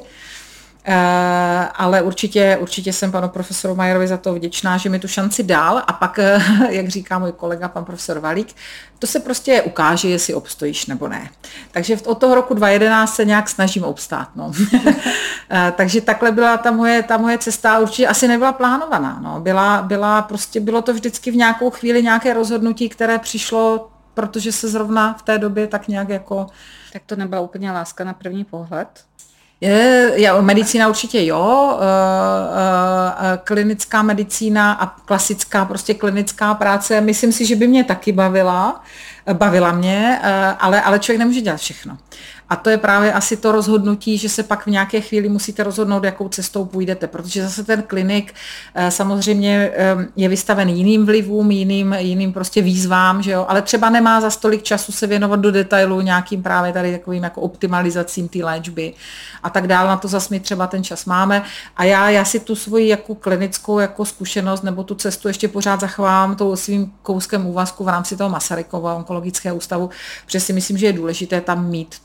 Ale určitě jsem panu profesoru Majerovi za to vděčná, že mi tu šanci dal a pak, jak říká můj kolega, pan profesor Valík, to se prostě ukáže, jestli obstojíš nebo ne. Takže od toho roku 2011 se nějak snažím obstát. No. Takže takhle byla ta moje cesta, určitě asi nebyla plánovaná. No. Bylo to vždycky v nějakou chvíli nějaké rozhodnutí, které přišlo, protože se zrovna v té době tak nějak jako...
Tak to nebyla úplně láska na první pohled?
Medicína určitě jo, klinická medicína a klasická prostě klinická práce, myslím si, že by mě taky bavila mě, ale člověk nemůže dělat všechno. A to je právě asi to rozhodnutí, že se pak v nějaké chvíli musíte rozhodnout, jakou cestou půjdete, protože zase ten klinik samozřejmě je vystaven jiným vlivům, jiným prostě výzvám, že jo, ale třeba nemá za tolik času se věnovat do detailu nějakým právě tady takovým jako optimalizacím té léčby a tak dále. Na to zase my třeba ten čas máme a já si tu svoji jako klinickou jako zkušenost nebo tu cestu ještě pořád zachovám tou svým kouskem úvazku v rámci toho Masarykova onkologického ústavu, protože si myslím, že je důležité tam mít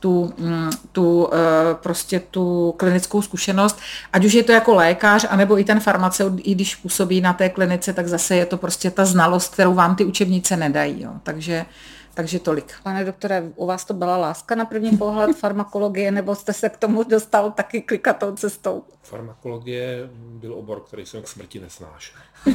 prostě tu klinickou zkušenost, ať už je to jako lékař, anebo i ten farmaceut, i když působí na té klinice, tak zase je to prostě ta znalost, kterou vám ty učebnice nedají. Jo. Takže tolik.
Pane doktore, u vás to byla láska na první pohled farmakologie, nebo jste se k tomu dostal taky klikatou cestou?
Farmakologie byl obor, který jsem k smrti nesnášel.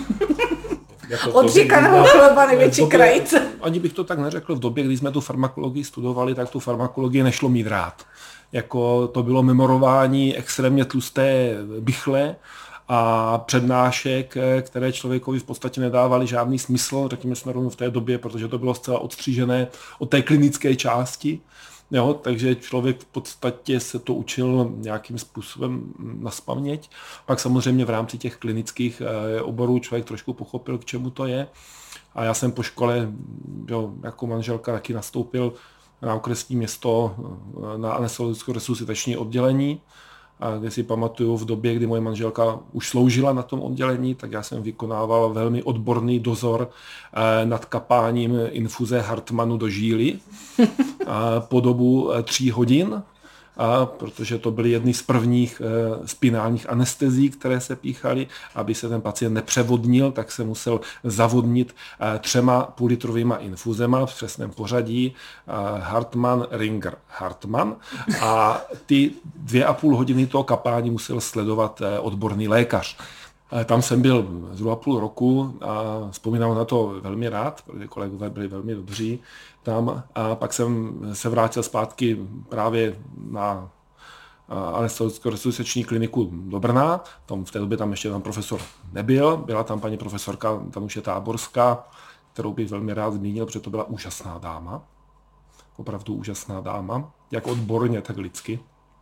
Od říkaného chleba největší krajice.
Ani bych to tak neřekl. V době, kdy jsme tu farmakologii studovali, tak tu farmakologii nešlo mít rád. Jako to bylo memorování extrémně tlusté bichle a přednášek, které člověkovi v podstatě nedávaly žádný smysl, řekněme jsme rovnou v té době, protože to bylo zcela odstřížené od té klinické části. Jo, takže člověk v podstatě se to učil nějakým způsobem nazpaměť. Pak samozřejmě v rámci těch klinických oborů člověk trošku pochopil, k čemu to je. A já jsem po škole jako manželka taky nastoupil na okresní město na anesteziologicko-resuscitační oddělení. A když si pamatuju, v době, kdy moje manželka už sloužila na tom oddělení, tak já jsem vykonával velmi odborný dozor nad kapáním infuze Hartmannu do žíly po dobu 3 hodin, protože to byly jedny z prvních spinálních anestezí, které se píchaly. Aby se ten pacient nepřevodnil, tak se musel zavodnit 3 půllitrovýma infuzema v přesném pořadí Hartmann, Ringer, Hartmann. A ty 2,5 hodiny toho kapání musel sledovat odborný lékař. Tam jsem byl zhruba půl roku a vzpomínám na to velmi rád, protože kolegové byli velmi dobří tam. A pak jsem se vrátil zpátky právě na anesteziologicko-resuscitační kliniku do Brna. V té době tam ještě tam profesor nebyl. Byla tam paní profesorka Danuše Táborská, kterou bych velmi rád zmínil, protože to byla úžasná dáma. Opravdu úžasná dáma, jak odborně, tak lidsky.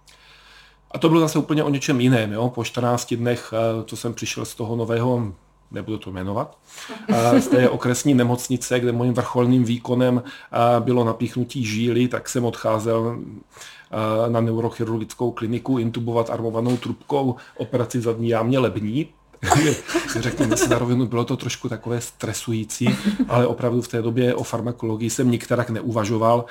A to bylo zase úplně o něčem jiném. Jo? Po 14 dnech, co jsem přišel z toho nového, nebudu to jmenovat, z té okresní nemocnice, kde mojím vrcholným výkonem bylo napíchnutí žíly, tak jsem odcházel na neurochirurgickou kliniku intubovat armovanou trubkou operaci v zadní jámě lební. Řekněme si na rovinu, bylo to trošku takové stresující, ale opravdu v té době o farmakologii jsem nikterak neuvažoval,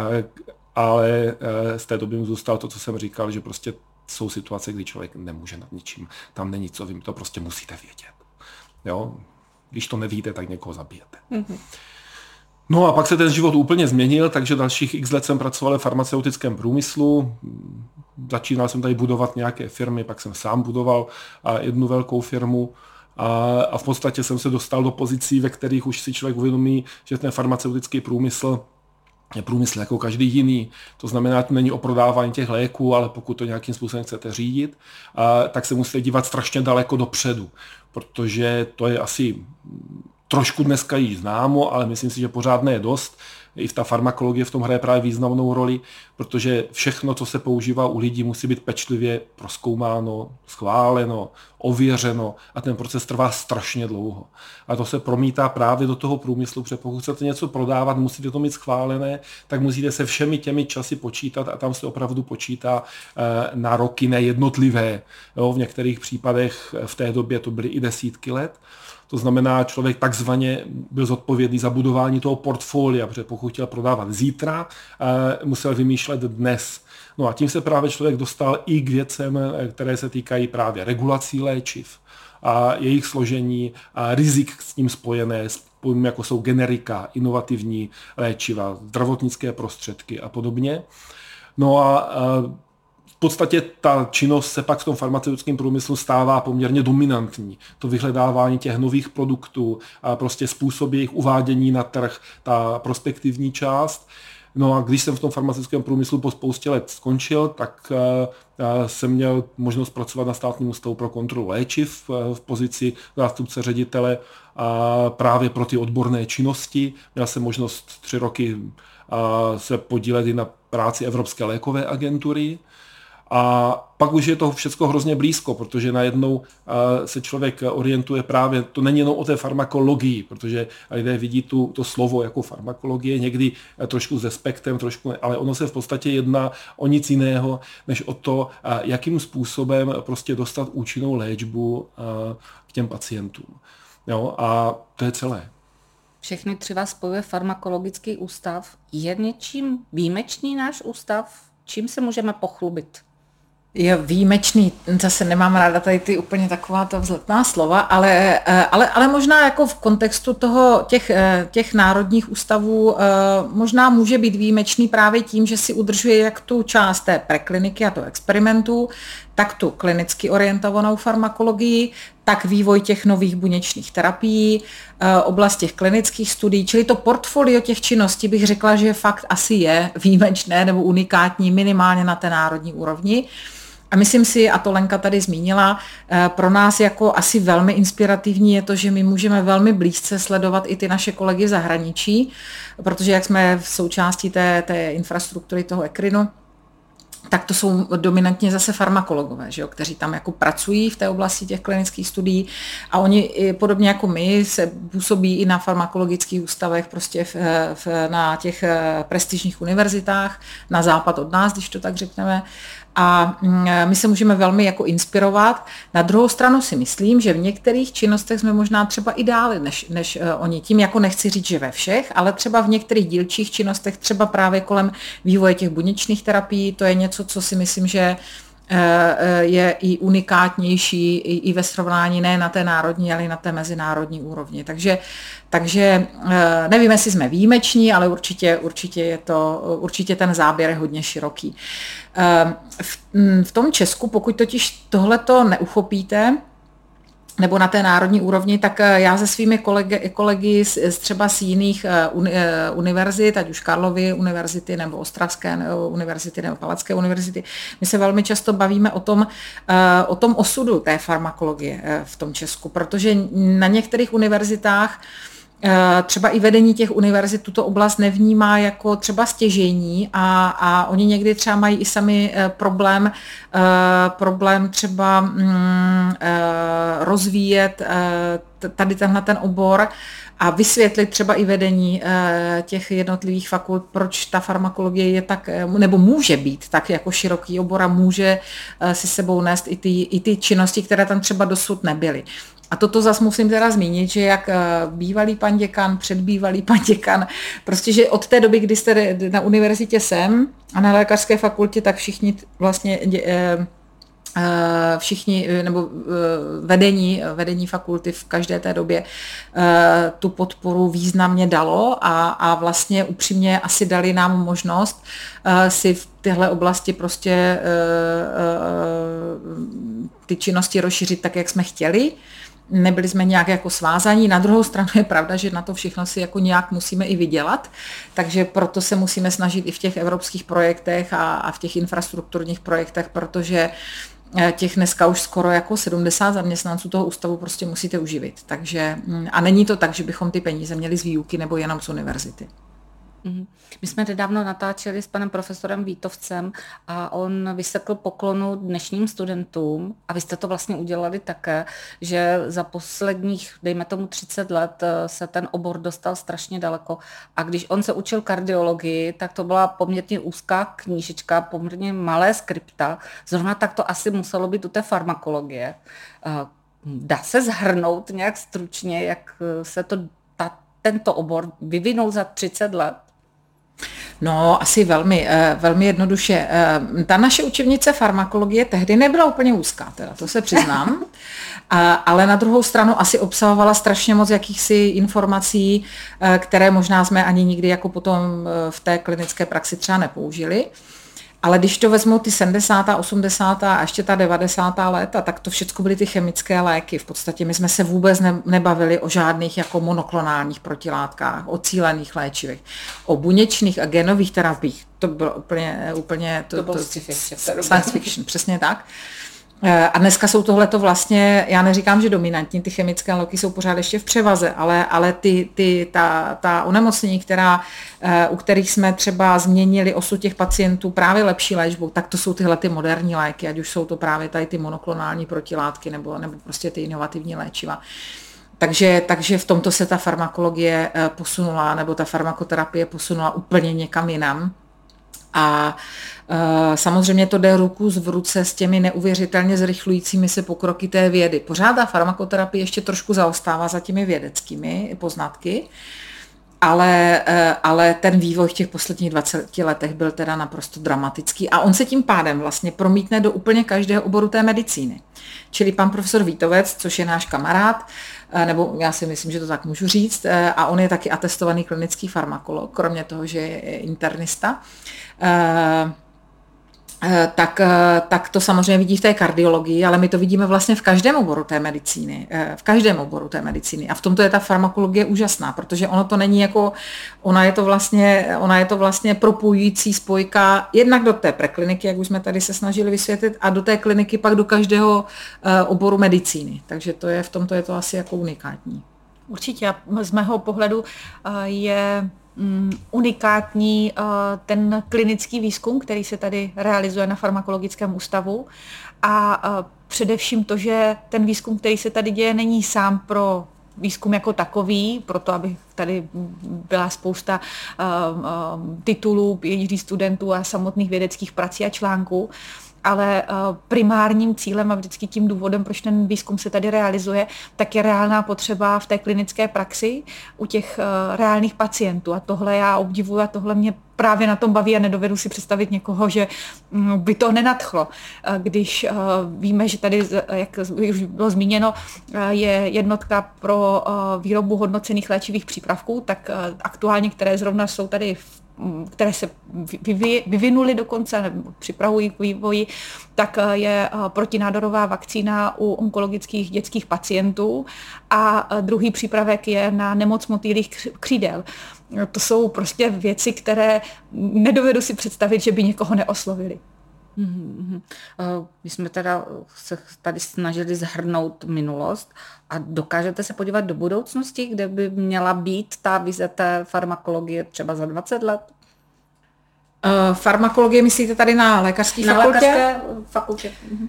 ale z té doby mi zůstalo to, co jsem říkal, že prostě jsou situace, kdy člověk nemůže nad ničím. Tam není co, vy to prostě musíte vědět. Jo? Když to nevíte, tak někoho zabijete. Mm-hmm. No a pak se ten život úplně změnil, takže dalších x let jsem pracoval v farmaceutickém průmyslu. Začínal jsem tady budovat nějaké firmy, pak jsem sám budoval jednu velkou firmu a v podstatě jsem se dostal do pozicí, ve kterých už si člověk uvědomí, že ten farmaceutický průmysl je průmysl jako každý jiný. To znamená, že to není o prodávání těch léků, ale pokud to nějakým způsobem chcete řídit, tak se musíte dívat strašně daleko dopředu, protože to je asi trošku dneska jí známo, ale myslím si, že pořád ne dost. I ta farmakologie v tom hraje právě významnou roli, protože všechno, co se používá u lidí, musí být pečlivě prozkoumáno, schváleno, ověřeno a ten proces trvá strašně dlouho. A to se promítá právě do toho průmyslu, protože pokud chcete něco prodávat, musíte to mít schválené, tak musíte se všemi těmi časy počítat a tam se opravdu počítá na roky nejednotlivé. Jo, v některých případech v té době to byly i desítky let. To znamená, člověk takzvaně byl zodpovědný za budování toho portfolia, protože pokud chtěl prodávat zítra, musel vymýšlet dnes. No a tím se právě člověk dostal i k věcem, které se týkají právě regulací léčiv a jejich složení a rizik s tím spojené, jako jsou generika, inovativní léčiva, zdravotnické prostředky a podobně. No a v podstatě ta činnost se pak v tom farmaceutickém průmyslu stává poměrně dominantní. To vyhledávání těch nových produktů a prostě způsoby jejich uvádění na trh, ta prospektivní část. No a když jsem v tom farmaceutickém průmyslu po spoustě let skončil, tak jsem měl možnost pracovat na Státním ústavu pro kontrolu léčiv v pozici zástupce ředitele právě pro ty odborné činnosti. Měl jsem možnost 3 roky se podílet i na práci Evropské lékové agentury. A pak už je to všechno hrozně blízko, protože najednou se člověk orientuje právě, to není jenom o té farmakologii, protože lidé vidí to slovo jako farmakologie, někdy trošku s respektem, ale ono se v podstatě jedná o nic jiného, než o to, jakým způsobem prostě dostat účinnou léčbu k těm pacientům. Jo, a to je celé.
Všechny 3 vás spojuje farmakologický ústav. Je něčím výjimečný náš ústav? Čím se můžeme pochlubit?
Je výjimečný, zase nemám ráda tady ty úplně taková ta vzletná slova, ale možná jako v kontextu těch národních ústavů možná může být výjimečný právě tím, že si udržuje jak tu část té prekliniky a toho experimentu, tak tu klinicky orientovanou farmakologii, tak vývoj těch nových buněčných terapií, oblast těch klinických studií, čili to portfolio těch činností bych řekla, že fakt asi je výjimečné nebo unikátní minimálně na té národní úrovni. A myslím si, a to Lenka tady zmínila, pro nás jako asi velmi inspirativní je to, že my můžeme velmi blízce sledovat i ty naše kolegy v zahraničí, protože jak jsme v součástí té infrastruktury toho ECRINu, tak to jsou dominantně zase farmakologové, že jo, kteří tam jako pracují v té oblasti těch klinických studií a oni podobně jako my se působí i na farmakologických ústavech, prostě na těch prestižních univerzitách, na západ od nás, když to tak řekneme. A my se můžeme velmi jako inspirovat. Na druhou stranu si myslím, že v některých činnostech jsme možná třeba i dále než oni. Tím jako nechci říct, že ve všech, ale třeba v některých dílčích činnostech, třeba právě kolem vývoje těch buněčných terapií, to je něco, co si myslím, že je i unikátnější i ve srovnání ne na té národní, ale i na té mezinárodní úrovni. Takže nevím, jestli jsme výjimeční, ale určitě ten záběr je hodně široký. V tom Česku, pokud totiž tohleto neuchopíte, nebo na té národní úrovni, tak já se svými kolegy třeba z jiných univerzit, ať už Karlovy univerzity, nebo Ostravské univerzity, nebo Palacké univerzity, my se velmi často bavíme o tom osudu té farmakologie v tom Česku, protože na některých univerzitách třeba i vedení těch univerzit tuto oblast nevnímá jako třeba stěžejní a oni někdy třeba mají i sami problém třeba rozvíjet tady ten obor a vysvětlit třeba i vedení těch jednotlivých fakult, proč ta farmakologie je tak, nebo může být tak jako široký obor a může si sebou nést i ty činnosti, které tam třeba dosud nebyly. A toto zase musím teda zmínit, že jak bývalý pan děkan, předbývalý pan děkan, prostě, že od té doby, kdy jste na univerzitě jsem a na lékařské fakultě, tak všichni vlastně nebo vedení fakulty v každé té době tu podporu významně dalo a vlastně upřímně asi dali nám možnost si v téhle oblasti prostě ty činnosti rozšířit tak, jak jsme chtěli. Nebyli jsme nějak jako svázaní. Na druhou stranu je pravda, že na to všechno si jako nějak musíme i vydělat, takže proto se musíme snažit i v těch evropských projektech a v těch infrastrukturních projektech, protože těch dneska už skoro jako 70 zaměstnanců toho ústavu prostě musíte uživit. Takže, a není to tak, že bychom ty peníze měli z výuky nebo jenom z univerzity.
My jsme nedávno natáčeli s panem profesorem Vítovcem a on vysekl poklonu dnešním studentům a vy jste to vlastně udělali také, že za posledních, dejme tomu 30 let, se ten obor dostal strašně daleko a když on se učil kardiologii, tak to byla poměrně úzká knížečka, poměrně malé skripta, zrovna tak to asi muselo být u té farmakologie. Dá se shrnout nějak stručně, jak se tento obor vyvinul za 30 let?
No, asi velmi jednoduše. Ta naše učebnice farmakologie tehdy nebyla úplně úzká, teda, to se přiznám, ale na druhou stranu asi obsahovala strašně moc jakýchsi informací, které možná jsme ani nikdy jako potom v té klinické praxi třeba nepoužili. Ale když to vezmou ty 70., 80. a ještě ta 90. léta, tak to všechno byly ty chemické léky. V podstatě my jsme se vůbec nebavili o žádných jako monoklonálních protilátkách, o cílených léčivech, o buněčných a genových terapiích. To bylo úplně
to bylo
science fiction, přesně tak. A dneska jsou tohleto vlastně, já neříkám, že dominantní, ty chemické léky jsou pořád ještě v převaze, ale ta onemocnění, u kterých jsme třeba změnili osud těch pacientů právě lepší léčbou, tak to jsou tyhle ty moderní léky, ať už jsou to právě tady ty monoklonální protilátky nebo prostě ty inovativní léčiva. Takže v tomto se ta farmakologie posunula, nebo ta farmakoterapie posunula úplně někam jinam. A samozřejmě to jde ruku v ruce s těmi neuvěřitelně zrychlujícími se pokroky té vědy. Pořád ta farmakoterapie ještě trošku zaostává za těmi vědeckými poznatky, ale ten vývoj v těch posledních 20 letech byl teda naprosto dramatický a on se tím pádem vlastně promítne do úplně každého oboru té medicíny. Čili pan profesor Vítovec, což je náš kamarád, nebo já si myslím, že to tak můžu říct, a on je taky atestovaný klinický farmakolog, kromě toho, že je internista, tak to samozřejmě vidí v té kardiologii, ale my to vidíme vlastně v každém oboru té medicíny. A v tomto je ta farmakologie úžasná, protože ono to není jako, ona je to vlastně propojující spojka jednak do té prekliniky, jak už jsme tady se snažili vysvětlit, a do té kliniky pak do každého oboru medicíny. Takže v tomto je to asi jako unikátní.
Určitě. Z mého pohledu je unikátní ten klinický výzkum, který se tady realizuje na Farmakologickém ústavu a především to, že ten výzkum, který se tady děje, není sám pro výzkum jako takový, proto aby tady byla spousta titulů, PhD studentů a samotných vědeckých prací a článků, ale primárním cílem a vždycky tím důvodem, proč ten výzkum se tady realizuje, tak je reálná potřeba v té klinické praxi u těch reálných pacientů. A tohle já obdivuji a tohle mě právě na tom baví a nedovedu si představit někoho, že by to nenadchlo. Když víme, že tady, jak už bylo zmíněno, je jednotka pro výrobu hodnocených léčivých přípravků, tak aktuálně, které zrovna jsou tady které se vyvinuly dokonce, nebo připravují k vývoji, tak je protinádorová vakcína u onkologických dětských pacientů a druhý přípravek je na nemoc motýlých křídel. To jsou prostě věci, které nedovedu si představit, že by někoho neoslovily.
My jsme teda se tady snažili shrnout minulost a dokážete se podívat do budoucnosti, kde by měla být ta vize té farmakologie třeba za 20 let?
Farmakologie myslíte tady na lékařské fakultě?
Na lékařské fakultě.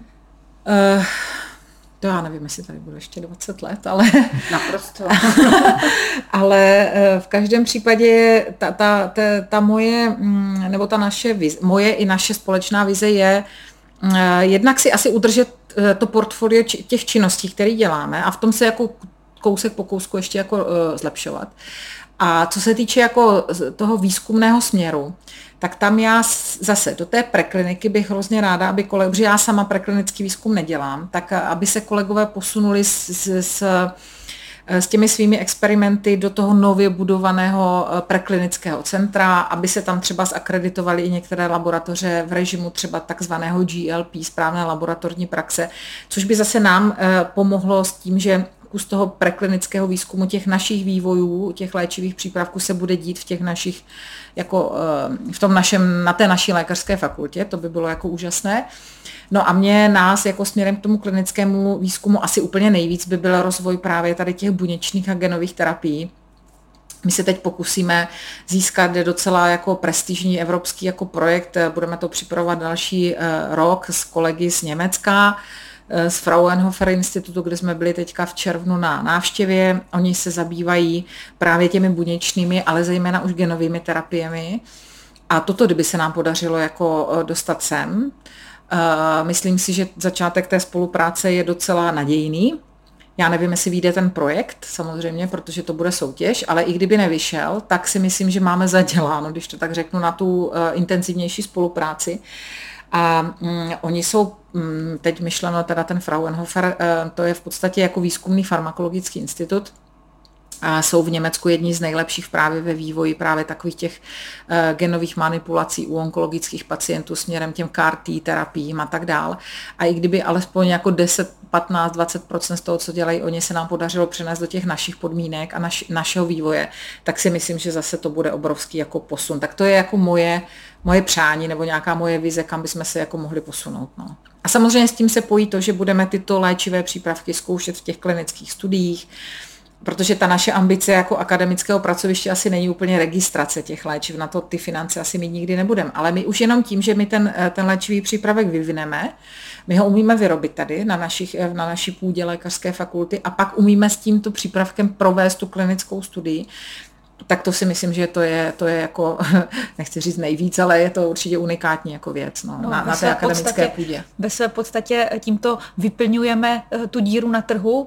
To já nevím, jestli tady bude ještě 20 let, ale...
Naprosto.
Ale v každém případě ta moje, nebo ta naše vize, moje i naše společná vize je jednak si asi udržet to portfolio těch činností, které děláme a v tom se jako kousek po kousku ještě jako zlepšovat. A co se týče jako toho výzkumného směru, tak tam já zase do té prekliniky bych hrozně ráda, aby kolegové, protože já sama preklinický výzkum nedělám, tak aby se kolegové posunuli s těmi svými experimenty do toho nově budovaného preklinického centra, aby se tam třeba zakreditovaly i některé laboratoře v režimu třeba takzvaného GLP, správné laboratorní praxe, což by zase nám pomohlo s tím, že z toho preklinického výzkumu těch našich vývojů, těch léčivých přípravků se bude dít v těch našich, jako na té naší lékařské fakultě, to by bylo jako úžasné. No a nás jako směrem k tomu klinickému výzkumu asi úplně nejvíc by byl rozvoj právě tady těch buněčných a genových terapií. My se teď pokusíme získat docela jako prestižní evropský jako projekt, budeme to připravovat další rok s kolegy z Německa, z Fraunhofer institutu, kde jsme byli teďka v červnu na návštěvě. Oni se zabývají právě těmi buněčnými, ale zejména už genovými terapiemi. A toto, kdyby se nám podařilo jako dostat sem, myslím si, že začátek té spolupráce je docela nadějný. Já nevím, jestli vyjde ten projekt, samozřejmě, protože to bude soutěž, ale i kdyby nevyšel, tak si myslím, že máme zaděláno, když to tak řeknu, na tu intenzivnější spolupráci. A oni jsou, teď myšleno teda ten Fraunhofer, to je v podstatě jako výzkumný farmakologický institut, jsou v Německu jedni z nejlepších právě ve vývoji právě takových těch genových manipulací u onkologických pacientů směrem těm CAR-T terapiím a tak dál. A i kdyby alespoň jako 10, 15, 20% z toho, co dělají oni, se nám podařilo přenést do těch našich podmínek a našeho vývoje, tak si myslím, že zase to bude obrovský jako posun. Tak to je jako moje přání nebo nějaká moje vize, kam bychom se jako mohli posunout. No. A samozřejmě s tím se pojí to, že budeme tyto léčivé přípravky zkoušet v těch klinických studiích, protože ta naše ambice jako akademického pracoviště asi není úplně registrace těch léčiv, na to ty finance asi mít nikdy nebudeme, ale my už jenom tím, že my ten léčivý přípravek vyvineme, my ho umíme vyrobit tady na naší půdě lékařské fakulty a pak umíme s tímto přípravkem provést tu klinickou studii, tak to si myslím, že to je jako, nechci říct nejvíc, ale je to určitě unikátní jako věc na té akademické půdě.
Ve své podstatě tímto vyplňujeme tu díru na trhu,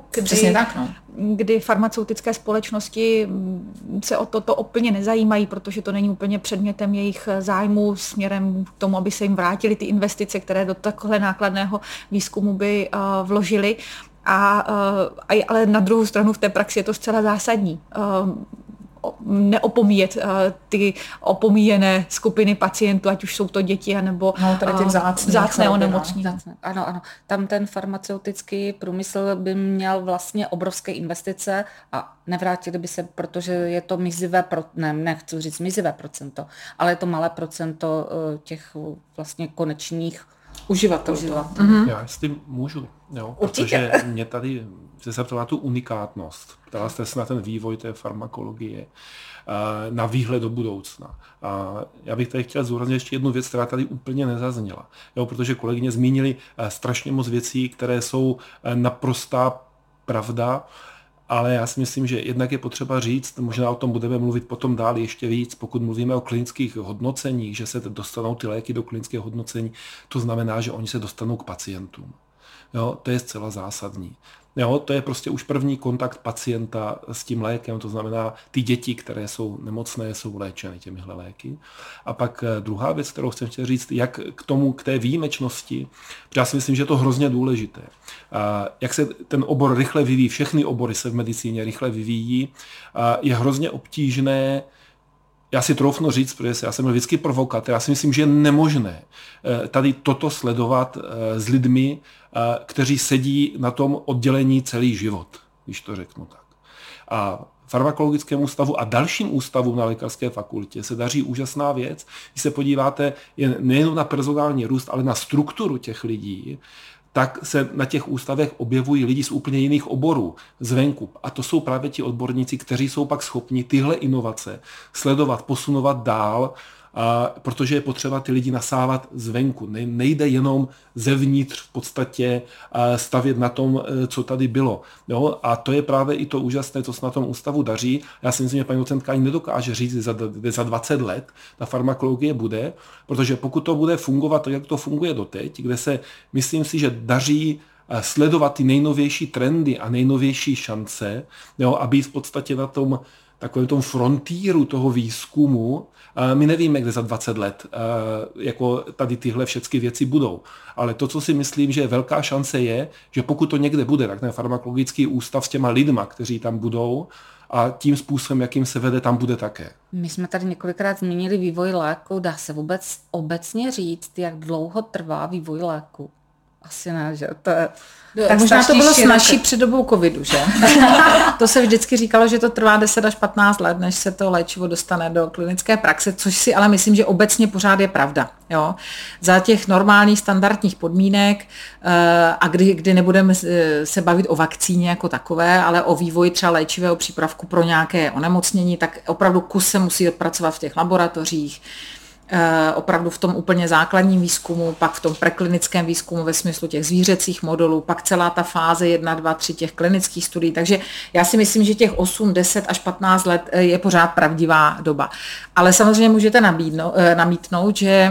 kdy farmaceutické společnosti se o toto úplně nezajímají, protože to není úplně předmětem jejich zájmu směrem k tomu, aby se jim vrátily ty investice, které do takového nákladného výzkumu by vložili. Ale na druhou stranu v té praxi je to zcela zásadní. Neopomíjet ty opomíjené skupiny pacientů, ať už jsou to děti, nebo vzácné onemocnění.
Ano. Tam ten farmaceutický průmysl by měl vlastně obrovské investice a nevrátili by se, protože je to nechci říct mizivé procento, ale je to malé procento těch vlastně konečných uživatelů.
Já jestli můžu, protože mě tady se zeptala tu unikátnost. Ptala jste se na ten vývoj té farmakologie, na výhled do budoucna. A já bych tady chtěl zdůraznit ještě jednu věc, která tady úplně nezazněla. Protože kolegyně zmínili strašně moc věcí, které jsou naprostá pravda, ale já si myslím, že jednak je potřeba říct, možná o tom budeme mluvit potom dál ještě víc, pokud mluvíme o klinických hodnoceních, že se dostanou ty léky do klinického hodnocení, to znamená, že oni se dostanou k pacientům. To je zcela zásadní. To je prostě už první kontakt pacienta s tím lékem, to znamená ty děti, které jsou nemocné, jsou léčeny těmihle léky. A pak druhá věc, kterou jsem chtěl říct, jak k té výjimečnosti, protože já si myslím, že je to hrozně důležité. Jak se ten obor rychle vyvíjí, všechny obory se v medicíně rychle vyvíjí, je hrozně obtížné. Já si troufnu říct, protože já jsem byl vždycky provokatér, já si myslím, že je nemožné tady toto sledovat s lidmi, kteří sedí na tom oddělení celý život, když to řeknu tak. A farmakologickému ústavu a dalším ústavům na lékařské fakultě se daří úžasná věc. Když se podíváte nejen na personální růst, ale na strukturu těch lidí, tak se na těch ústavech objevují lidi z úplně jiných oborů, zvenku. A to jsou právě ti odborníci, kteří jsou pak schopni tyhle inovace sledovat, posunovat dál, protože je potřeba ty lidi nasávat zvenku. Nejde jenom zevnitř v podstatě stavět na tom, co tady bylo. A to je právě i to úžasné, co se na tom ústavu daří. Já si myslím, že paní docentka ani nedokáže říct, že za 20 let ta farmakologie bude, protože pokud to bude fungovat tak, jak to funguje doteď, kde se, myslím si, že daří sledovat ty nejnovější trendy a nejnovější šance, a být v podstatě na tom takovém tom frontíru toho výzkumu, my nevíme, kde za 20 let jako tady tyhle všechny věci budou. Ale to, co si myslím, že je velká šance je, že pokud to někde bude, tak ten farmakologický ústav s těma lidma, kteří tam budou, a tím způsobem, jakým se vede, tam bude také.
My jsme tady několikrát zmínili vývoj léku. Dá se vůbec obecně říct, jak dlouho trvá vývoj léku? Asi ne, že? To je
tak možná to bylo snazší před dobou covidu, že? To se vždycky říkalo, že to trvá 10 až 15 let, než se to léčivo dostane do klinické praxe, což si ale myslím, že obecně pořád je pravda. Jo? Za těch normálních standardních podmínek a kdy nebudeme se bavit o vakcíně jako takové, ale o vývoji třeba léčivého přípravku pro nějaké onemocnění, tak opravdu kus se musí odpracovat v těch laboratořích, opravdu v tom úplně základním výzkumu, pak v tom preklinickém výzkumu ve smyslu těch zvířecích modelů, pak celá ta fáze 1, 2, 3 těch klinických studií. Takže já si myslím, že těch 8, 10 až 15 let je pořád pravdivá doba. Ale samozřejmě můžete namítnout, že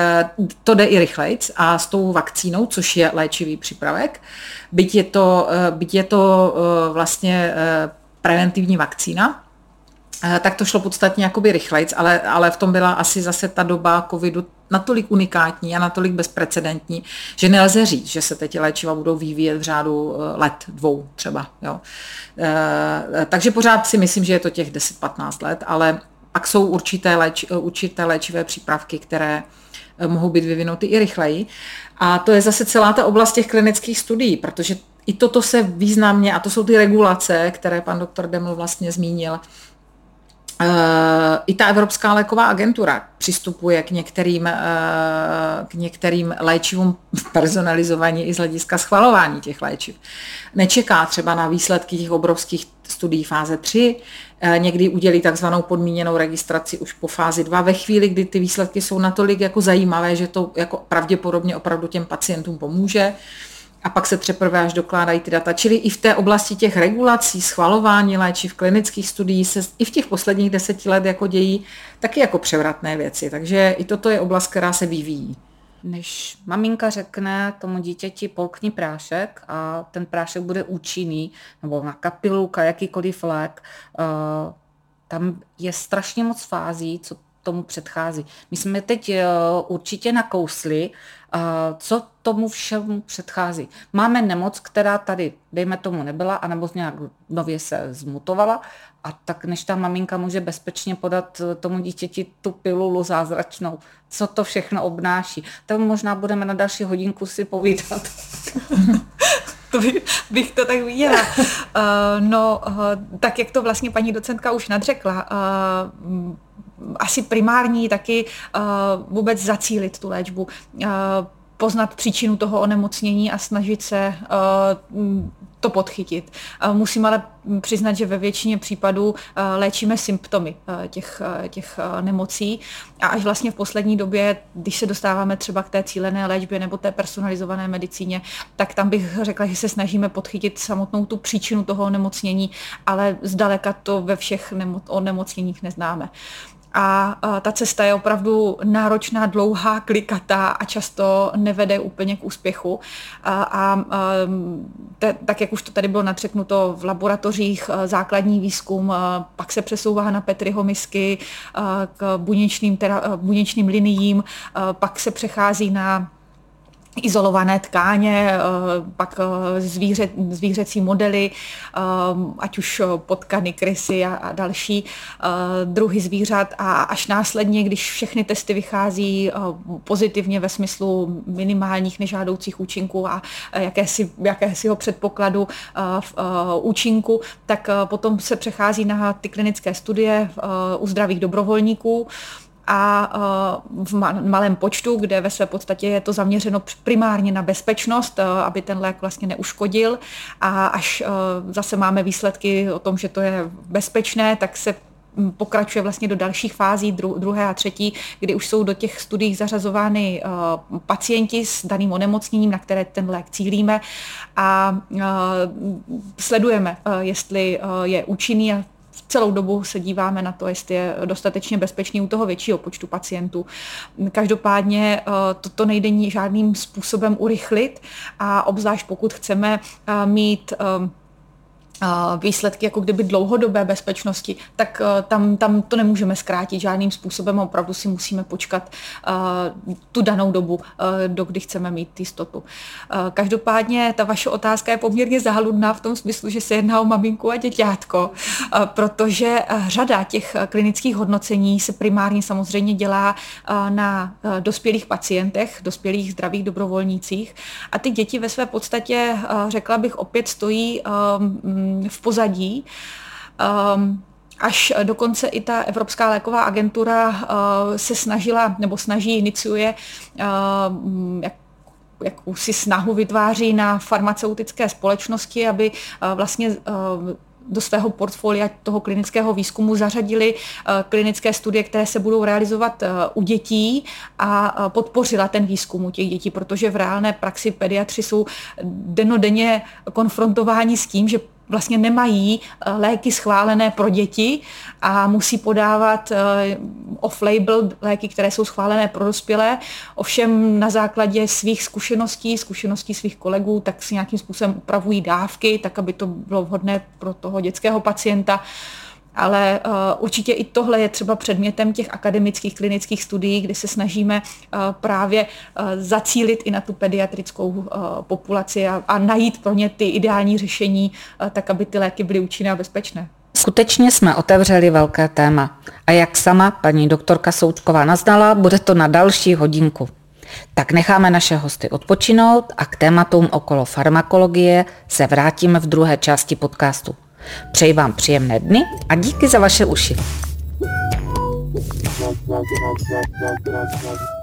to jde i rychlejc a s tou vakcínou, což je léčivý přípravek, byť je to vlastně preventivní vakcína, tak to šlo podstatně jakoby rychlejc, ale v tom byla asi zase ta doba covidu natolik unikátní a natolik bezprecedentní, že nelze říct, že se teď léčiva budou vyvíjet v řádu let, 2 třeba. Jo. Takže pořád si myslím, že je to těch 10-15 let, ale pak jsou určité léčivé přípravky, které mohou být vyvinuty i rychleji. A to je zase celá ta oblast těch klinických studií, protože i toto se významně, a to jsou ty regulace, které pan doktor Deml vlastně zmínil, i ta Evropská léková agentura přistupuje k některým léčivům personalizovaně i z hlediska schvalování těch léčiv. Nečeká třeba na výsledky těch obrovských studií fáze 3, někdy udělí takzvanou podmíněnou registraci už po fázi 2, ve chvíli, kdy ty výsledky jsou natolik jako zajímavé, že to jako pravděpodobně opravdu těm pacientům pomůže. A pak se teprve až dokládají ty data. Čili i v té oblasti těch regulací, schvalování léčiv, klinických studií se i v těch posledních 10 let jako dějí taky jako převratné věci. Takže i toto je oblast, která se vyvíjí.
Než maminka řekne tomu dítěti polkni prášek a ten prášek bude účinný, nebo nějaká pilulka, jakýkoliv lék, tam je strašně moc fází, co tomu předchází. My jsme teď určitě nakousli, co tomu všemu předchází. Máme nemoc, která tady, dejme tomu, nebyla, anebo nějak nově se zmutovala, a tak než ta maminka může bezpečně podat tomu dítěti tu pilulu zázračnou, co to všechno obnáší. To možná budeme na další hodinku si povídat.
To bych to tak viděla. Tak jak to vlastně paní docentka už nadřekla, asi primární taky vůbec zacílit tu léčbu, poznat příčinu toho onemocnění a snažit se to podchytit. Musím ale přiznat, že ve většině případů léčíme symptomy těch nemocí a až vlastně v poslední době, když se dostáváme třeba k té cílené léčbě nebo té personalizované medicíně, tak tam bych řekla, že se snažíme podchytit samotnou tu příčinu toho onemocnění, ale zdaleka to ve všech onemocněních neznáme. A ta cesta je opravdu náročná, dlouhá, klikatá a často nevede úplně k úspěchu. Tak, jak už to tady bylo nadřeknuto v laboratořích, základní výzkum, pak se přesouvá na Petryho misky, k buněčným liniím, pak se přechází na izolované tkáně, pak zvířecí modely, ať už potkany, krysy a další druhy zvířat, a až následně, když všechny testy vychází pozitivně ve smyslu minimálních nežádoucích účinků a jakésiho předpokladu v účinku, tak potom se přechází na ty klinické studie u zdravých dobrovolníků, a v malém počtu, kde ve své podstatě je to zaměřeno primárně na bezpečnost, aby ten lék vlastně neuškodil, a až zase máme výsledky o tom, že to je bezpečné, tak se pokračuje vlastně do dalších fází, druhé a třetí, kdy už jsou do těch studií zařazovány pacienti s daným onemocněním, na které ten lék cílíme, a sledujeme, jestli je účinný, a celou dobu se díváme na to, jestli je dostatečně bezpečný u toho většího počtu pacientů. Každopádně to nejde žádným způsobem urychlit, a obzvlášť pokud chceme mít výsledky jako kdyby dlouhodobé bezpečnosti, tak tam to nemůžeme zkrátit žádným způsobem, opravdu si musíme počkat tu danou dobu, dokdy chceme mít jistotu. Každopádně ta vaše otázka je poměrně záhludná v tom smyslu, že se jedná o maminku a děťátko, protože řada těch klinických hodnocení se primárně samozřejmě dělá na dospělých pacientech, dospělých zdravých dobrovolnících, a ty děti ve své podstatě, řekla bych, opět stojí v pozadí. Až dokonce i ta Evropská léková agentura se snažila, nebo iniciuje jakousi snahu vytváří na farmaceutické společnosti, aby vlastně do svého portfolia toho klinického výzkumu zařadili klinické studie, které se budou realizovat u dětí, a podpořila ten výzkum u těch dětí, protože v reálné praxi pediatři jsou dennodenně konfrontováni s tím, že vlastně nemají léky schválené pro děti a musí podávat off-label léky, které jsou schválené pro dospělé. Ovšem na základě svých zkušeností svých kolegů, tak si nějakým způsobem upravují dávky, tak aby to bylo vhodné pro toho dětského pacienta. ale určitě i tohle je třeba předmětem těch akademických klinických studií, kdy se snažíme právě zacílit i na tu pediatrickou populaci a najít pro ně ty ideální řešení, tak aby ty léky byly účinné a bezpečné.
Skutečně jsme otevřeli velké téma a jak sama paní doktorka Součková naznala, bude to na další hodinku. Tak necháme naše hosty odpočinout a k tématům okolo farmakologie se vrátíme v druhé části podcastu. Přeji vám příjemné dny a díky za vaše uši.